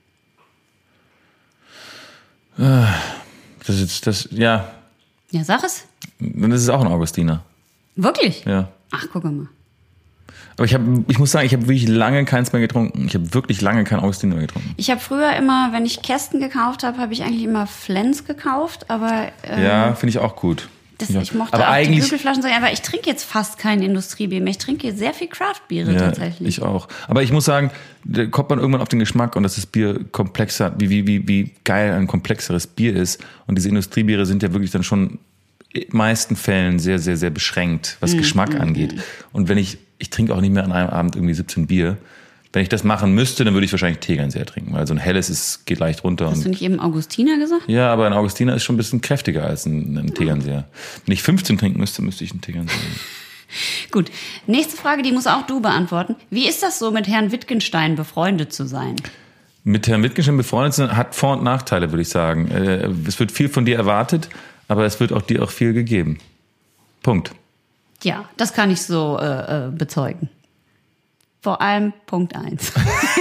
Ja, sag es. Das ist auch ein Augustiner. Wirklich? Ja. Ach, guck mal. Aber ich muss sagen, ich habe wirklich lange keins mehr getrunken. Ich habe wirklich lange kein Augustiner mehr getrunken. Ich habe früher immer, wenn ich Kästen gekauft habe, habe ich eigentlich immer Flens gekauft, aber Ja, finde ich auch gut. ich mochte aber auch die eigentlich, Bügelflaschen so, aber ich trinke jetzt fast kein Industriebier mehr. Ich trinke sehr viel Craftbiere tatsächlich. Ich auch. Aber ich muss sagen, da kommt man irgendwann auf den Geschmack, und dass das Bier komplexer, wie geil ein komplexeres Bier ist. Und diese Industriebiere sind ja wirklich dann schon in den meisten Fällen sehr, sehr, sehr beschränkt, was Geschmack angeht. Und wenn ich trinke auch nicht mehr an einem Abend irgendwie 17 Bier. Wenn ich das machen müsste, dann würde ich wahrscheinlich Tegernseher trinken, weil so ein helles geht leicht runter. Hast du nicht eben Augustiner gesagt? Ja, aber ein Augustiner ist schon ein bisschen kräftiger als ein Tegernseher. Wenn ich 15 trinken müsste ich einen Tegernseher. Gut, nächste Frage, die musst auch du beantworten. Wie ist das so, mit Herrn Wittgenstein befreundet zu sein? Mit Herrn Wittgenstein befreundet sein hat Vor- und Nachteile, würde ich sagen. Es wird viel von dir erwartet, aber es wird auch dir auch viel gegeben. Punkt. Ja, das kann ich so bezeugen. Vor allem Punkt 1.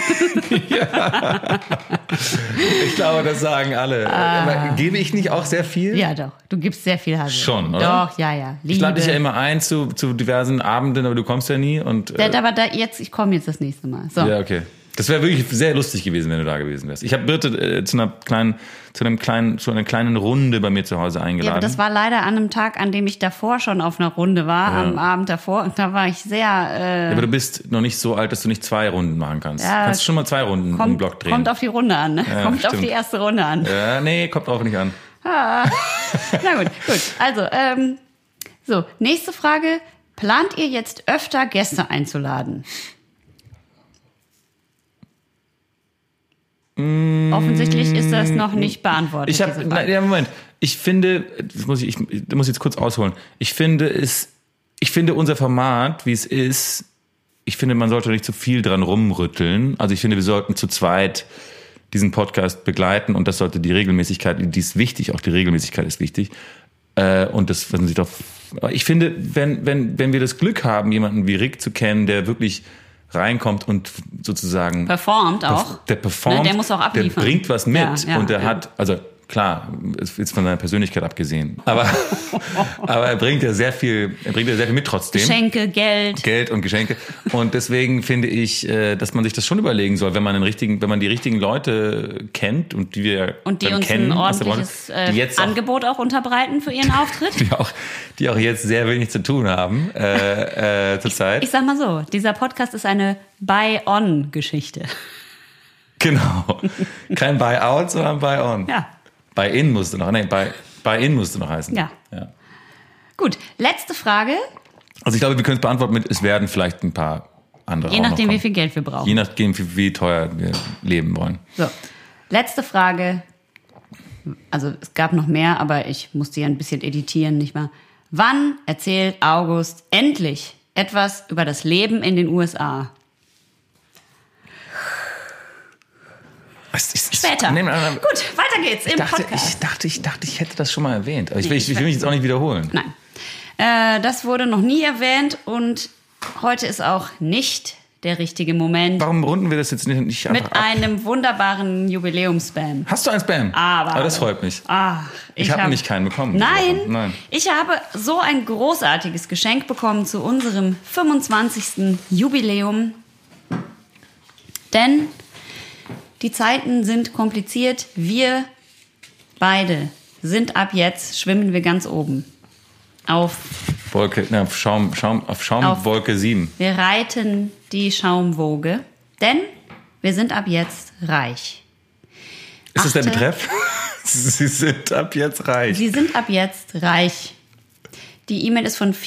Ich glaube, das sagen alle. Aber gebe ich nicht auch sehr viel? Ja, doch. Du gibst sehr viel Hasse. Schon, oder? Doch, ja. Liebe. Ich lade dich ja immer ein zu diversen Abenden, aber du kommst ja nie. Und, ich komme jetzt das nächste Mal. So. Ja, okay. Das wäre wirklich sehr lustig gewesen, wenn du da gewesen wärst. Ich habe Birte zu einer kleinen Runde bei mir zu Hause eingeladen. Ja, aber das war leider an einem Tag, an dem ich davor schon auf einer Runde war, am Abend davor. Und da war ich sehr... Ja, aber du bist noch nicht so alt, dass du nicht 2 Runden machen kannst. Ja, kannst du schon mal 2 Runden im Block drehen. Kommt auf die Runde an, ne? Ja, kommt auf stimmt. die erste Runde an. Ja, nee, kommt auch nicht an. Na gut. Also, so, nächste Frage. Plant ihr jetzt öfter Gäste einzuladen? Offensichtlich ist das noch nicht beantwortet. Moment. Ich finde, das muss ich jetzt kurz ausholen. Ich finde unser Format, wie es ist, ich finde, man sollte nicht zu viel dran rumrütteln. Also ich finde, wir sollten zu zweit diesen Podcast begleiten und das sollte die Regelmäßigkeit, die ist wichtig, auch die Regelmäßigkeit ist wichtig. Und das, was man sich doch, ich finde, wenn wir das Glück haben, jemanden wie Rick zu kennen, der wirklich reinkommt und sozusagen performt auch. Der performt, ne, der muss auch abliefern. Der bringt was mit und der ja. hat, also klar, ist jetzt von seiner Persönlichkeit abgesehen, aber er bringt ja sehr viel mit trotzdem. Geschenke, Geld und Geschenke und deswegen finde ich, dass man sich das schon überlegen soll, wenn man die richtigen Leute kennt und die wir und die dann uns kennen, ein ordentliches Angebot auch unterbreiten für ihren Auftritt. Die auch jetzt sehr wenig zu tun haben zurzeit. Ich sag mal so, dieser Podcast ist eine Buy-on-Geschichte. Genau. Kein Buy-out, sondern Buy-on. Ja. Buy-in musste noch heißen. Ja. Gut, letzte Frage. Also ich glaube, wir können es beantworten mit, es werden vielleicht ein paar andere Je nachdem, noch wie viel Geld wir brauchen. Je nachdem, wie teuer wir leben wollen. So, letzte Frage. Also es gab noch mehr, aber ich musste ja ein bisschen editieren, nicht wahr? Wann erzählt August endlich etwas über das Leben in den USA? Später. Gut, weiter geht's im Podcast. Ich dachte, ich hätte das schon mal erwähnt. Aber ich will mich jetzt auch nicht wiederholen. Nein. Das wurde noch nie erwähnt und heute ist auch nicht der richtige Moment. Warum runden wir das jetzt nicht einfach mit einem wunderbaren Jubiläumsspam. Hast du einen Spam? Aber das freut mich. Ich habe nämlich keinen bekommen. Nein, ich habe so ein großartiges Geschenk bekommen zu unserem 25. Jubiläum. Denn die Zeiten sind kompliziert. Wir beide sind ab jetzt, schwimmen wir ganz oben. Auf Schaumwolke 7. Wir reiten die Schaumwoge, denn wir sind ab jetzt reich. Ist das der Betreff? Sie sind ab jetzt reich. Sie sind ab jetzt reich. Die E-Mail ist von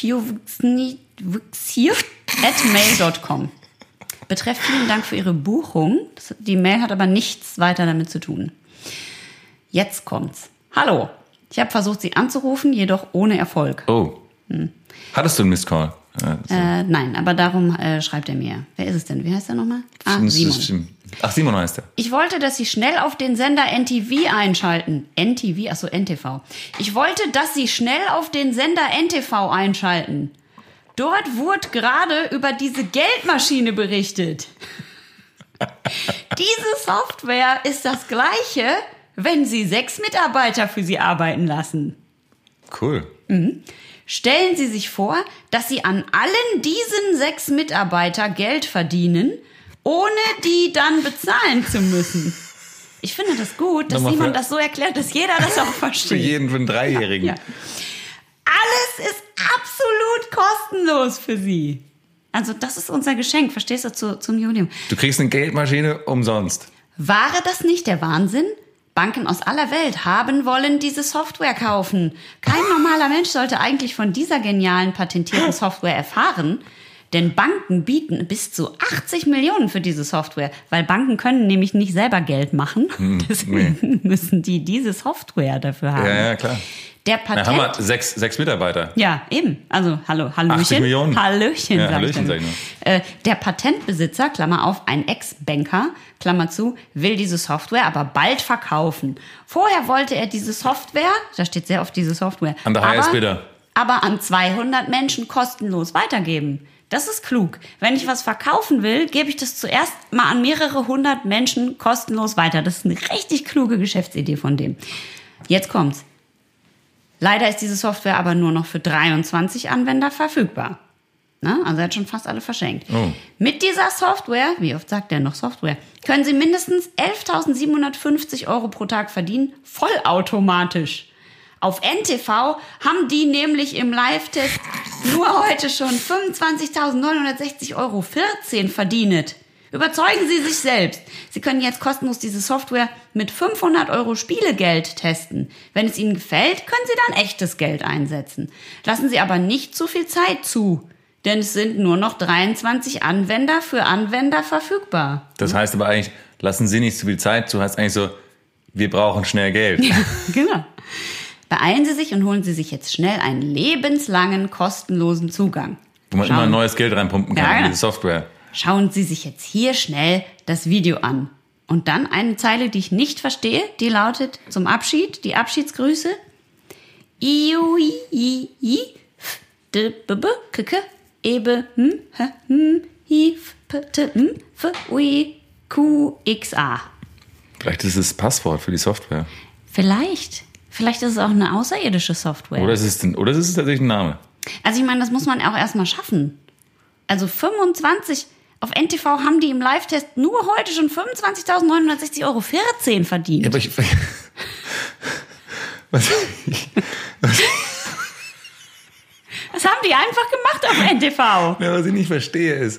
fiuxier@mail.com. Betreff vielen Dank für Ihre Buchung. Die Mail hat aber nichts weiter damit zu tun. Jetzt kommt's. Hallo. Ich habe versucht, Sie anzurufen, jedoch ohne Erfolg. Oh. Hattest du einen Missed Call? Nein, aber darum schreibt er mir. Wer ist es denn? Wie heißt er nochmal? Simon. Simon heißt er. Ich wollte, dass Sie schnell auf den Sender NTV einschalten. NTV? Achso, NTV. Ich wollte, dass Sie schnell auf den Sender NTV einschalten. Dort wurde gerade über diese Geldmaschine berichtet. Diese Software ist das Gleiche, wenn Sie 6 Mitarbeiter für Sie arbeiten lassen. Cool. Stellen Sie sich vor, dass Sie an allen diesen 6 Mitarbeiter Geld verdienen, ohne die dann bezahlen zu müssen. Ich finde das gut, dass Simon das so erklärt, dass jeder das auch versteht. Für jeden, für einen Dreijährigen. Ja. Alles ist absolut kostenlos für Sie. Also das ist unser Geschenk, verstehst du, zum Jubiläum. Du kriegst eine Geldmaschine umsonst. War das nicht der Wahnsinn? Banken aus aller Welt haben wollen diese Software kaufen. Kein normaler Mensch sollte eigentlich von dieser genialen patentierten Software erfahren. Denn Banken bieten bis zu 80 Millionen für diese Software. Weil Banken können nämlich nicht selber Geld machen. Deswegen müssen die diese Software dafür haben. Ja, klar. Der Patent... Da haben wir 6 Mitarbeiter. Ja, eben. Also, Hallöchen. 80 Millionen. Hallöchen, ja, sag ich nur. Der Patentbesitzer, Klammer auf, ein Ex-Banker, Klammer zu, will diese Software aber bald verkaufen. Vorher wollte er diese Software, da steht sehr oft diese Software, an der highest bidder, aber an 200 Menschen kostenlos weitergeben. Das ist klug. Wenn ich was verkaufen will, gebe ich das zuerst mal an mehrere 100 Menschen kostenlos weiter. Das ist eine richtig kluge Geschäftsidee von dem. Jetzt kommt's. Leider ist diese Software aber nur noch für 23 Anwender verfügbar. Na, also er hat schon fast alle verschenkt. Oh. Mit dieser Software, wie oft sagt er noch Software, können Sie mindestens 11.750 € pro Tag verdienen, vollautomatisch. Auf NTV haben die nämlich im Live-Test nur heute schon 25.960,14 € verdient. Überzeugen Sie sich selbst. Sie können jetzt kostenlos diese Software mit 500 € Spielegeld testen. Wenn es Ihnen gefällt, können Sie dann echtes Geld einsetzen. Lassen Sie aber nicht zu viel Zeit zu, denn es sind nur noch 23 Anwender für Anwender verfügbar. Das heißt aber eigentlich, lassen Sie nicht zu viel Zeit zu, heißt eigentlich so, wir brauchen schnell Geld. Ja, genau. Beeilen Sie sich und holen Sie sich jetzt schnell einen lebenslangen, kostenlosen Zugang. Wo man immer neues Geld reinpumpen kann in diese Software. Schauen Sie sich jetzt hier schnell das Video an. Und dann eine Zeile, die ich nicht verstehe, die lautet zum Abschied, die Abschiedsgrüße. I-U-I-I-I D-B-B K-K Ebe F-U-I-Q-X-A. Vielleicht ist es das Passwort für die Software. Vielleicht ist es auch eine außerirdische Software. Oder ist es tatsächlich ein Name? Also ich meine, das muss man auch erstmal schaffen. Also 25, auf NTV haben die im Live-Test nur heute schon 25.960,14 Euro verdient. Ja, aber Das haben die einfach gemacht auf NTV. Ja, was ich nicht verstehe ist,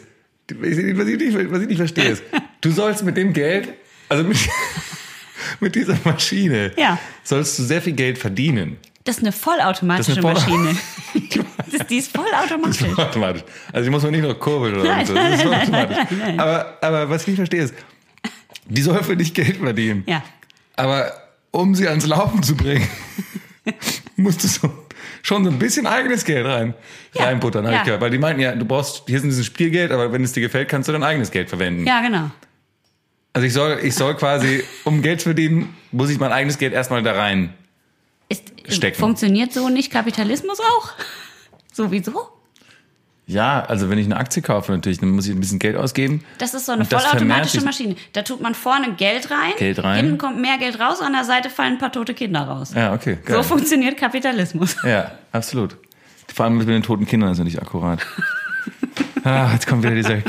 du sollst mit dem Geld, also mit dieser Maschine, sollst du sehr viel Geld verdienen. Das ist eine vollautomatische Maschine. Die ist vollautomatisch. Das ist vollautomatisch. Also die muss man nicht noch kurbeln oder so. Das ist vollautomatisch. Aber was ich nicht verstehe ist, die soll für dich Geld verdienen. Ja. Aber um sie ans Laufen zu bringen, musst du schon so ein bisschen eigenes Geld reinbuttern, habe ich gehört. Weil die meinten ja, hier ist dieses Spielgeld, aber wenn es dir gefällt, kannst du dein eigenes Geld verwenden. Ja, genau. Also ich soll quasi, um Geld zu verdienen, muss ich mein eigenes Geld erstmal da rein stecken. Funktioniert so nicht Kapitalismus auch? Sowieso? Ja, also wenn ich eine Aktie kaufe natürlich, dann muss ich ein bisschen Geld ausgeben. Das ist so eine vollautomatische Maschine. Da tut man vorne Geld rein, hinten kommt mehr Geld raus, an der Seite fallen ein paar tote Kinder raus. Ja, okay, geil. So funktioniert Kapitalismus. Ja, absolut. Vor allem mit den toten Kindern ist ja nicht akkurat. Jetzt kommt wieder dieser...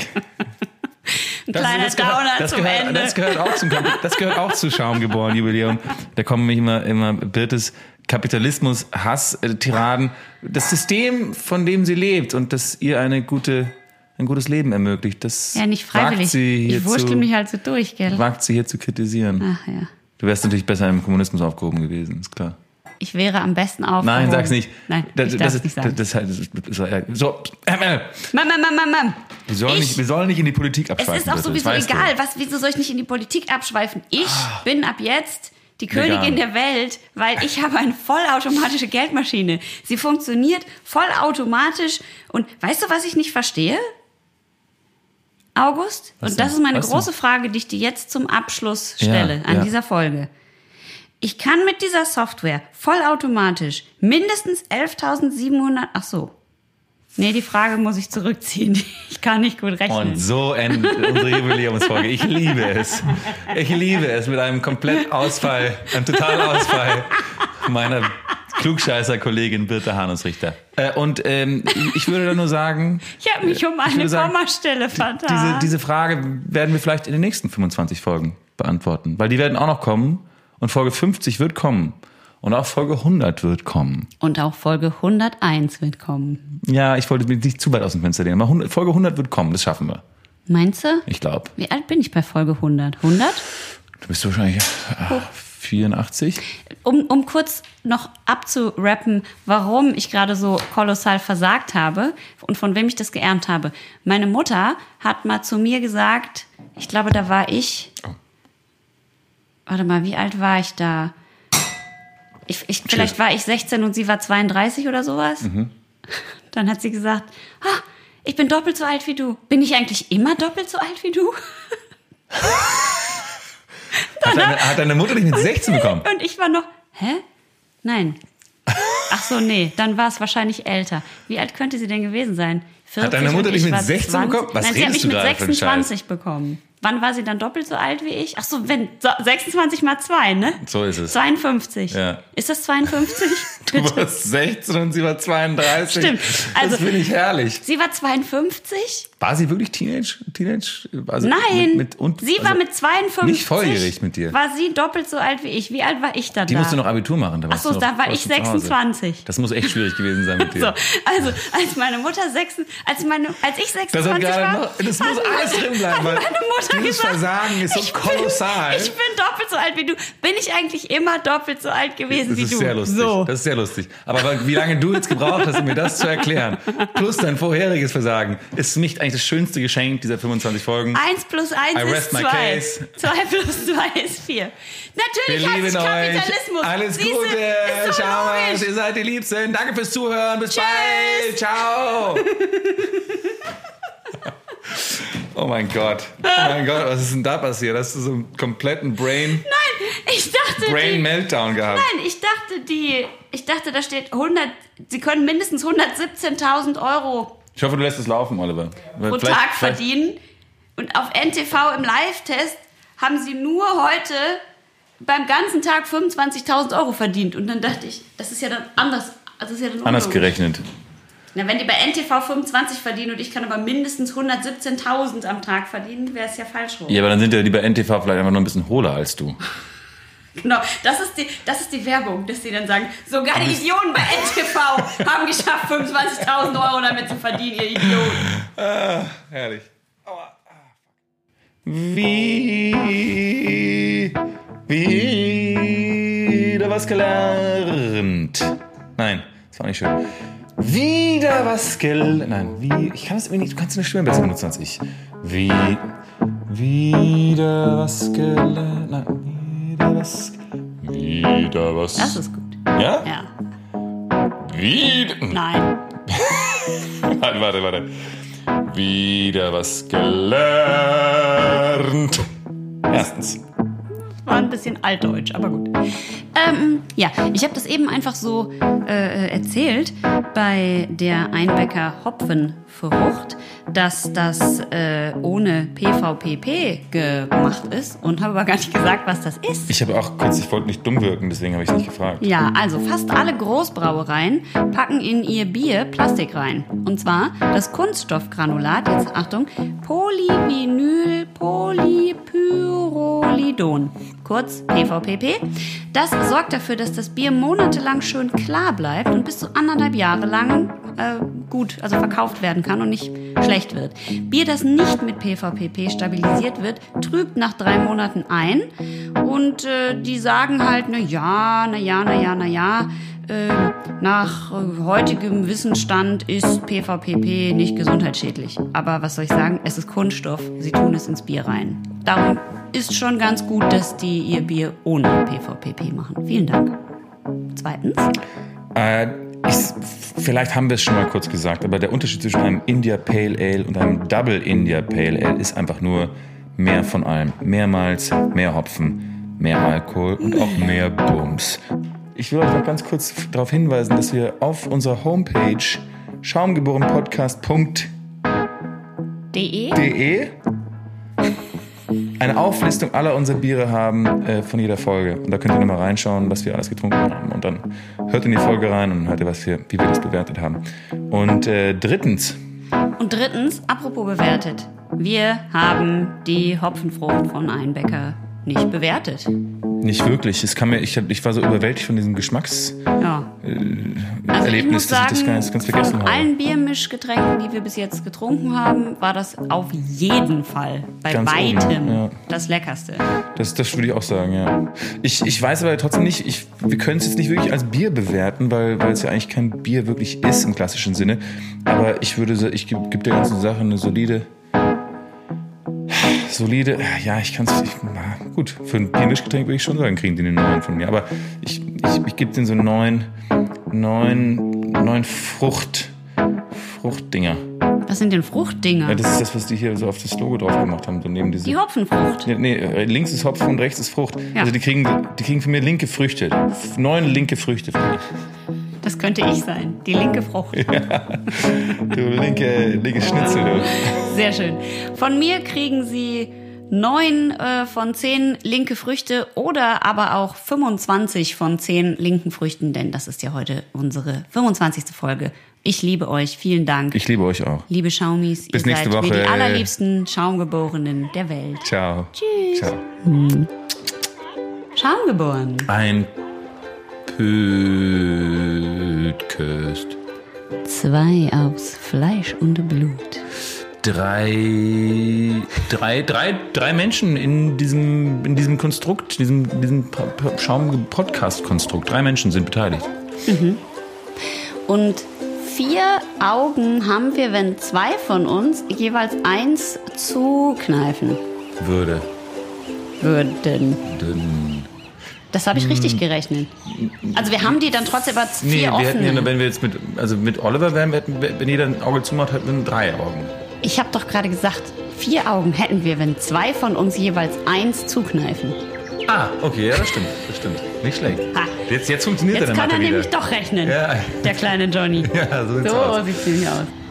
Kleiner Downer zum Ende. Das gehört auch zu Schaumgeboren-Jubiläum. Da kommen nämlich immer Birtes Kapitalismus, Hass, Tiraden. Das System, von dem sie lebt und das ihr ein gutes Leben ermöglicht, das ja, nicht freiwillig. Ich wurschtel mich halt so durch, gell? Wagt sie hier zu kritisieren. Ach ja. Du wärst natürlich besser im Kommunismus aufgehoben gewesen, ist klar. Ich wäre am besten aufgehoben. Nein, sag's nicht. Nein, ich darf es nicht sagen. So, Mom. Wir sollen nicht in die Politik abschweifen. Es ist auch sowieso egal. Wieso soll ich nicht in die Politik abschweifen? Ich bin ab jetzt die Königin der Welt, weil ich habe eine vollautomatische Geldmaschine. Sie funktioniert vollautomatisch. Und weißt du, was ich nicht verstehe? August? Und das ist meine große Frage, die ich dir jetzt zum Abschluss stelle an dieser Folge. Ich kann mit dieser Software vollautomatisch mindestens 11.700... Ach so. Nee, die Frage muss ich zurückziehen. Ich kann nicht gut rechnen. Und so endet unsere Jubiläumsfolge. Ich liebe es. Mit einem Komplettausfall, einem Totalausfall meiner Klugscheißer-Kollegin Birte Hanus-Richter. Ich würde da nur sagen... Ich habe mich um eine Kommastelle vertan. Diese Frage werden wir vielleicht in den nächsten 25 Folgen beantworten. Weil die werden auch noch kommen. Und Folge 50 wird kommen. Und auch Folge 100 wird kommen. Und auch Folge 101 wird kommen. Ja, ich wollte mich nicht zu weit aus dem Fenster lehnen. Aber Folge 100 wird kommen, das schaffen wir. Meinst du? Ich glaube. Wie alt bin ich bei Folge 100? 100? Du bist wahrscheinlich 84. Um kurz noch abzurappen, warum ich gerade so kolossal versagt habe und von wem ich das geerbt habe. Meine Mutter hat mal zu mir gesagt, ich glaube, da war ich... Warte mal, wie alt war ich da? Vielleicht war ich 16 und sie war 32 oder sowas. Mhm. Dann hat sie gesagt, ich bin doppelt so alt wie du. Bin ich eigentlich immer doppelt so alt wie du? Hat deine Mutter dich mit 16 bekommen? Und ich war noch, Nein. Ach so, nee, dann war es wahrscheinlich älter. Wie alt könnte sie denn gewesen sein? 40, hat deine Mutter dich mit 16 bekommen? Nein, sie hat mich mit 26 bekommen. Wann war sie dann doppelt so alt wie ich? Ach so, 26 mal 2, ne? So ist es. 52. Ja. Ist das 52? Du warst 16 und sie war 32. Stimmt. Also, das finde ich herrlich. Sie war 52. War sie wirklich Teenage? Also nein, sie war mit 52. Nicht volljährig mit dir. War sie doppelt so alt wie ich. Wie alt war ich dann? Die musste noch Abitur machen. Ach so, da war ich 26. Das muss echt schwierig gewesen sein mit dir. So, also als meine Mutter als ich 26 war, das muss alles drin bleiben, weil meine Mutter dieses gesagt, Versagen ist so kolossal. Ich bin doppelt so alt wie du. Bin ich eigentlich immer doppelt so alt gewesen wie du? Das ist sehr lustig. So. Das ist sehr lustig. Aber wie lange du jetzt gebraucht hast, um mir das zu erklären, plus dein vorheriges Versagen, ist für mich eigentlich das schönste Geschenk dieser 25 Folgen. 1 plus 1 ist 2. 2 plus 2 ist 4. Natürlich heißt es Kapitalismus. Alles Gute. Ciao, ihr seid die Liebsten. Danke fürs Zuhören. Bis bald. Ciao. Oh mein Gott, was ist denn da passiert? Hast du so einen kompletten Nein, ich dachte... Meltdown gehabt? Nein, ich dachte, da steht 100... Sie können mindestens 117.000 Euro Ich hoffe, du lässt es laufen, Oliver. pro Tag verdienen. Und auf NTV im Live-Test haben sie nur heute beim ganzen Tag 25.000 Euro verdient. Und dann dachte ich, das ist ja dann anders. Also ist ja dann anders gerechnet. Na, wenn die bei NTV 25 verdienen und ich kann aber mindestens 117.000 am Tag verdienen, wäre es ja falsch rum. Ja, aber dann sind ja die bei NTV vielleicht einfach nur ein bisschen hohler als du. Genau, das ist die Werbung, dass die dann sagen, sogar die Idioten bei NTV haben geschafft, 25.000 Euro damit zu verdienen, ihr Idioten. Herrlich. Wieder was gelernt. Nein, das war nicht schön. Wieder was gelernt. Nein, ich kann es irgendwie nicht. Du kannst eine Stimme besser benutzen als ich. Wieder was gelernt. Nein, wieder was. Das ist gut. Ja? Ja. Nein. Warte. Wieder was gelernt. Erstens. War ein bisschen altdeutsch, aber gut. Ja, ich habe das eben einfach so erzählt bei der Einbecker Hopfenfrucht, dass das ohne PVPP gemacht ist und habe aber gar nicht gesagt, was das ist. Ich wollte nicht dumm wirken, deswegen habe ich es nicht gefragt. Ja, also fast alle Großbrauereien packen in ihr Bier Plastik rein. Und zwar das Kunststoffgranulat, jetzt Achtung, Polyvinylpolypyrrolidon, kurz PVPP. Das sorgt dafür, dass das Bier monatelang schön klar bleibt und bis zu 1,5 Jahre lang gut, also verkauft werden kann und nicht schlecht wird. Bier, das nicht mit PVPP stabilisiert wird, trübt nach 3 Monaten ein und die sagen halt, na ja, nach heutigem Wissensstand ist PVPP nicht gesundheitsschädlich. Aber was soll ich sagen? Es ist Kunststoff. Sie tun es ins Bier rein. Darum ist schon ganz gut, dass die ihr Bier ohne PVPP machen. Vielen Dank. Zweitens. Vielleicht haben wir es schon mal kurz gesagt, aber der Unterschied zwischen einem India Pale Ale und einem Double India Pale Ale ist einfach nur mehr von allem. Mehr Malz, mehr Hopfen, mehr Alkohol und auch mehr Bums. Ich will euch noch ganz kurz darauf hinweisen, dass wir auf unserer Homepage schaumgeborenpodcast.de eine Auflistung aller unserer Biere haben von jeder Folge. Und da könnt ihr nochmal reinschauen, was wir alles getrunken haben. Und dann hört in die Folge rein und hört ihr, wie wir das bewertet haben. Und drittens, apropos bewertet. Wir haben die Hopfenfrucht von Einbecker nicht bewertet. Nicht wirklich. Ich war so überwältigt von diesem Geschmackserlebnis, dass ich das ganz vergessen habe. Von allen Biermischgetränken, die wir bis jetzt getrunken haben, war das auf jeden Fall bei ganz weitem oben, ja. Das Leckerste. Das würde ich auch sagen, ja. Ich weiß aber trotzdem nicht, wir können es jetzt nicht wirklich als Bier bewerten, weil es ja eigentlich kein Bier wirklich ist im klassischen Sinne. Aber ich gebe der ganzen Sache eine solide, ja, gut, für ein Biermischgetränk würde ich schon sagen, kriegen die eine 9 von mir. Aber ich gebe denen so 9 Fruchtdinger. Was sind denn Fruchtdinger? Ja, das ist das, was die hier so auf das Logo drauf gemacht haben. So neben diese, die Hopfenfrucht? Nee, links ist Hopfen und rechts ist Frucht. Ja. Also die kriegen von mir linke Früchte. 9 linke Früchte von mir. Das könnte ich sein, die linke Frucht. Ja, du linke Schnitzel, du. Sehr schön. Von mir kriegen Sie 9 von 10 linke Früchte oder aber auch 25 von 10 linken Früchten, denn das ist ja heute unsere 25. Folge. Ich liebe euch, vielen Dank. Ich liebe euch auch. Liebe Schaumis, bis nächste Woche. Ihr seid mir die allerliebsten Schaumgeborenen der Welt. Ciao. Tschüss. Ciao. Schaumgeboren. Ein Podcast. 2 aus Fleisch und Blut. 3 Menschen in diesem Konstrukt, diesem Schaum-Podcast-Konstrukt. 3 Menschen sind beteiligt. Mhm. Und 4 Augen haben wir, wenn 2 von uns jeweils 1 zukneifen würden. Das habe ich richtig gerechnet. Also wir haben die dann trotzdem aber 4 offene. Wir hätten ja, wenn wir jetzt mit Oliver wären, wenn jeder ein Auge zumacht, hätten wir 3 Augen. Ich habe doch gerade gesagt, 4 Augen hätten wir, wenn 2 von uns jeweils 1 zukneifen. Ah, okay, ja, das stimmt. Nicht schlecht. Ha. Jetzt funktioniert Jetzt deine kann Mathe er wieder. nämlich doch rechnen, Ja. der kleine Johnny. Ja, so sieht's aus. So sieht's nämlich aus.